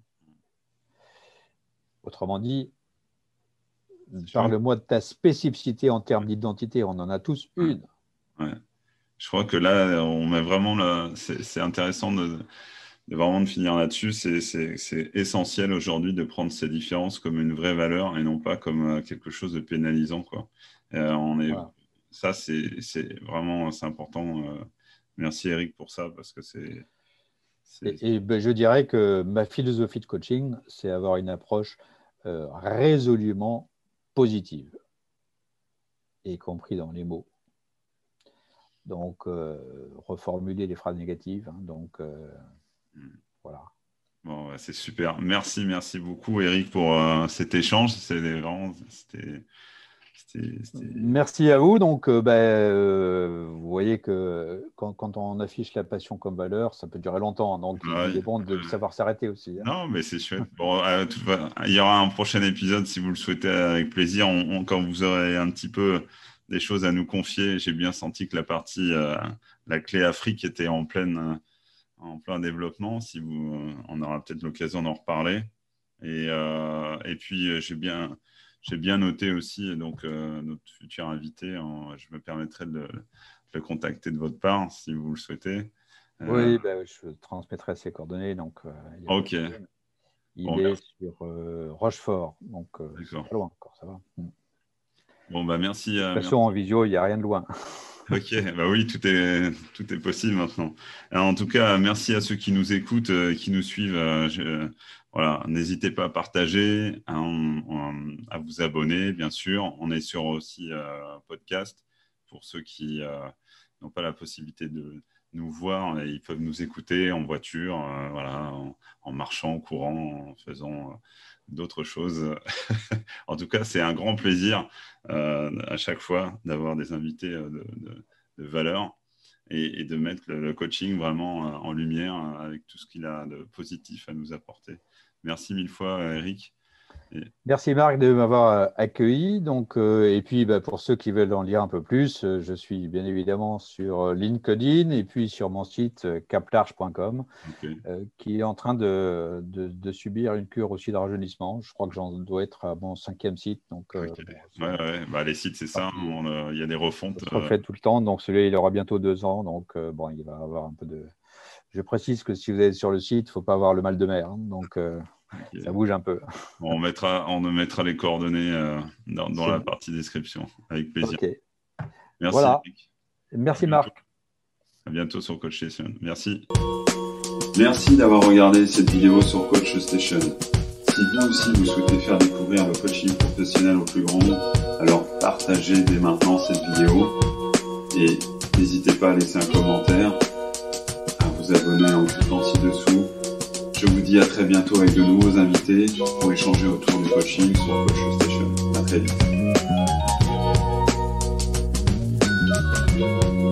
Autrement dit, parle-moi de ta spécificité en termes d'identité. On en a tous une. Ouais. Je crois que là, on met vraiment là, c'est, c'est intéressant de, de vraiment de finir là-dessus. C'est, c'est, c'est essentiel aujourd'hui de prendre ces différences comme une vraie valeur et non pas comme quelque chose de pénalisant, quoi. Euh, on est, Voilà. Ça, c'est, c'est vraiment c'est important. Euh, merci Eric pour ça parce que c'est. c'est... Et, et ben, je dirais que ma philosophie de coaching, c'est avoir une approche euh, résolument positive, y compris dans les mots. Donc, euh, reformuler les phrases négatives. Hein, donc, euh, mmh. voilà. Bon, c'est super. Merci, merci beaucoup, Eric, pour euh, cet échange. C'était vraiment, c'était, c'était, c'était... Merci à vous. Donc, euh, ben, euh, vous voyez que quand, quand on affiche la passion comme valeur, ça peut durer longtemps. Donc, ouais, il est bon de euh... savoir s'arrêter aussi. Hein. Non, mais c'est chouette. Bon, euh, tout va... Il y aura un prochain épisode si vous le souhaitez, avec plaisir. On, on, quand vous aurez un petit peu des choses à nous confier, j'ai bien senti que la partie, euh, la clé Afrique était en pleine. Euh, en plein développement, si vous, euh, on aura peut-être l'occasion d'en reparler. Et, euh, et puis, euh, j'ai bien, j'ai bien noté aussi donc, euh, notre futur invité. En, je me permettrai de le, de le contacter de votre part, si vous le souhaitez. Oui, euh, bah, je transmettrai ses coordonnées. Donc, euh, il ok. Il bon, est merci. Sur euh, Rochefort, donc euh, c'est pas loin encore, ça va. Bon, bah merci. De toute façon, en visio, il n'y a rien de loin. Ok, bah oui, tout est, tout est possible maintenant. Alors, en tout cas, merci à ceux qui nous écoutent, euh, qui nous suivent. Euh, je, voilà, n'hésitez pas à partager, à, à vous abonner, bien sûr. On est sur aussi euh, podcast pour ceux qui euh, n'ont pas la possibilité de nous voir. Ils peuvent nous écouter en voiture, euh, voilà, en, en marchant, en courant, en faisant. Euh, d'autres choses. En tout cas, c'est un grand plaisir euh, à chaque fois d'avoir des invités de, de, de valeur et, et de mettre le, le coaching vraiment en lumière avec tout ce qu'il a de positif à nous apporter. Merci mille fois, Eric. Et... Merci Marc de m'avoir accueilli. Donc, euh, et puis bah, pour ceux qui veulent en lire un peu plus, euh, je suis bien évidemment sur LinkedIn et puis sur mon site euh, cap large point com okay. euh, qui est en train de, de, de subir une cure aussi de rajeunissement. Je crois que j'en dois être à mon cinquième site. Donc, euh, okay. bon, ouais, ouais. Bah, les sites, c'est ça. Il euh, y a des refontes. Ça se refait euh... tout le temps. Donc celui-là, il aura bientôt deux ans. Donc euh, bon, il va avoir un peu de. Je précise que si vous êtes sur le site, il ne faut pas avoir le mal de mer. Hein. Donc euh... Okay. Ça bouge un peu. Bon, on, mettra, on mettra les coordonnées euh, dans, dans la partie description, avec plaisir. Okay. Merci. Voilà. Merci Marc. À bientôt sur Coach Station. Merci. Merci d'avoir regardé cette vidéo sur Coach Station. Si vous aussi vous souhaitez faire découvrir le coaching professionnel au plus grand nombre, alors partagez dès maintenant cette vidéo et n'hésitez pas à laisser un commentaire, à vous abonner en cliquant ci-dessous. Je vous dis à très bientôt avec de nouveaux invités pour échanger autour du coaching sur Coach Station. À très vite.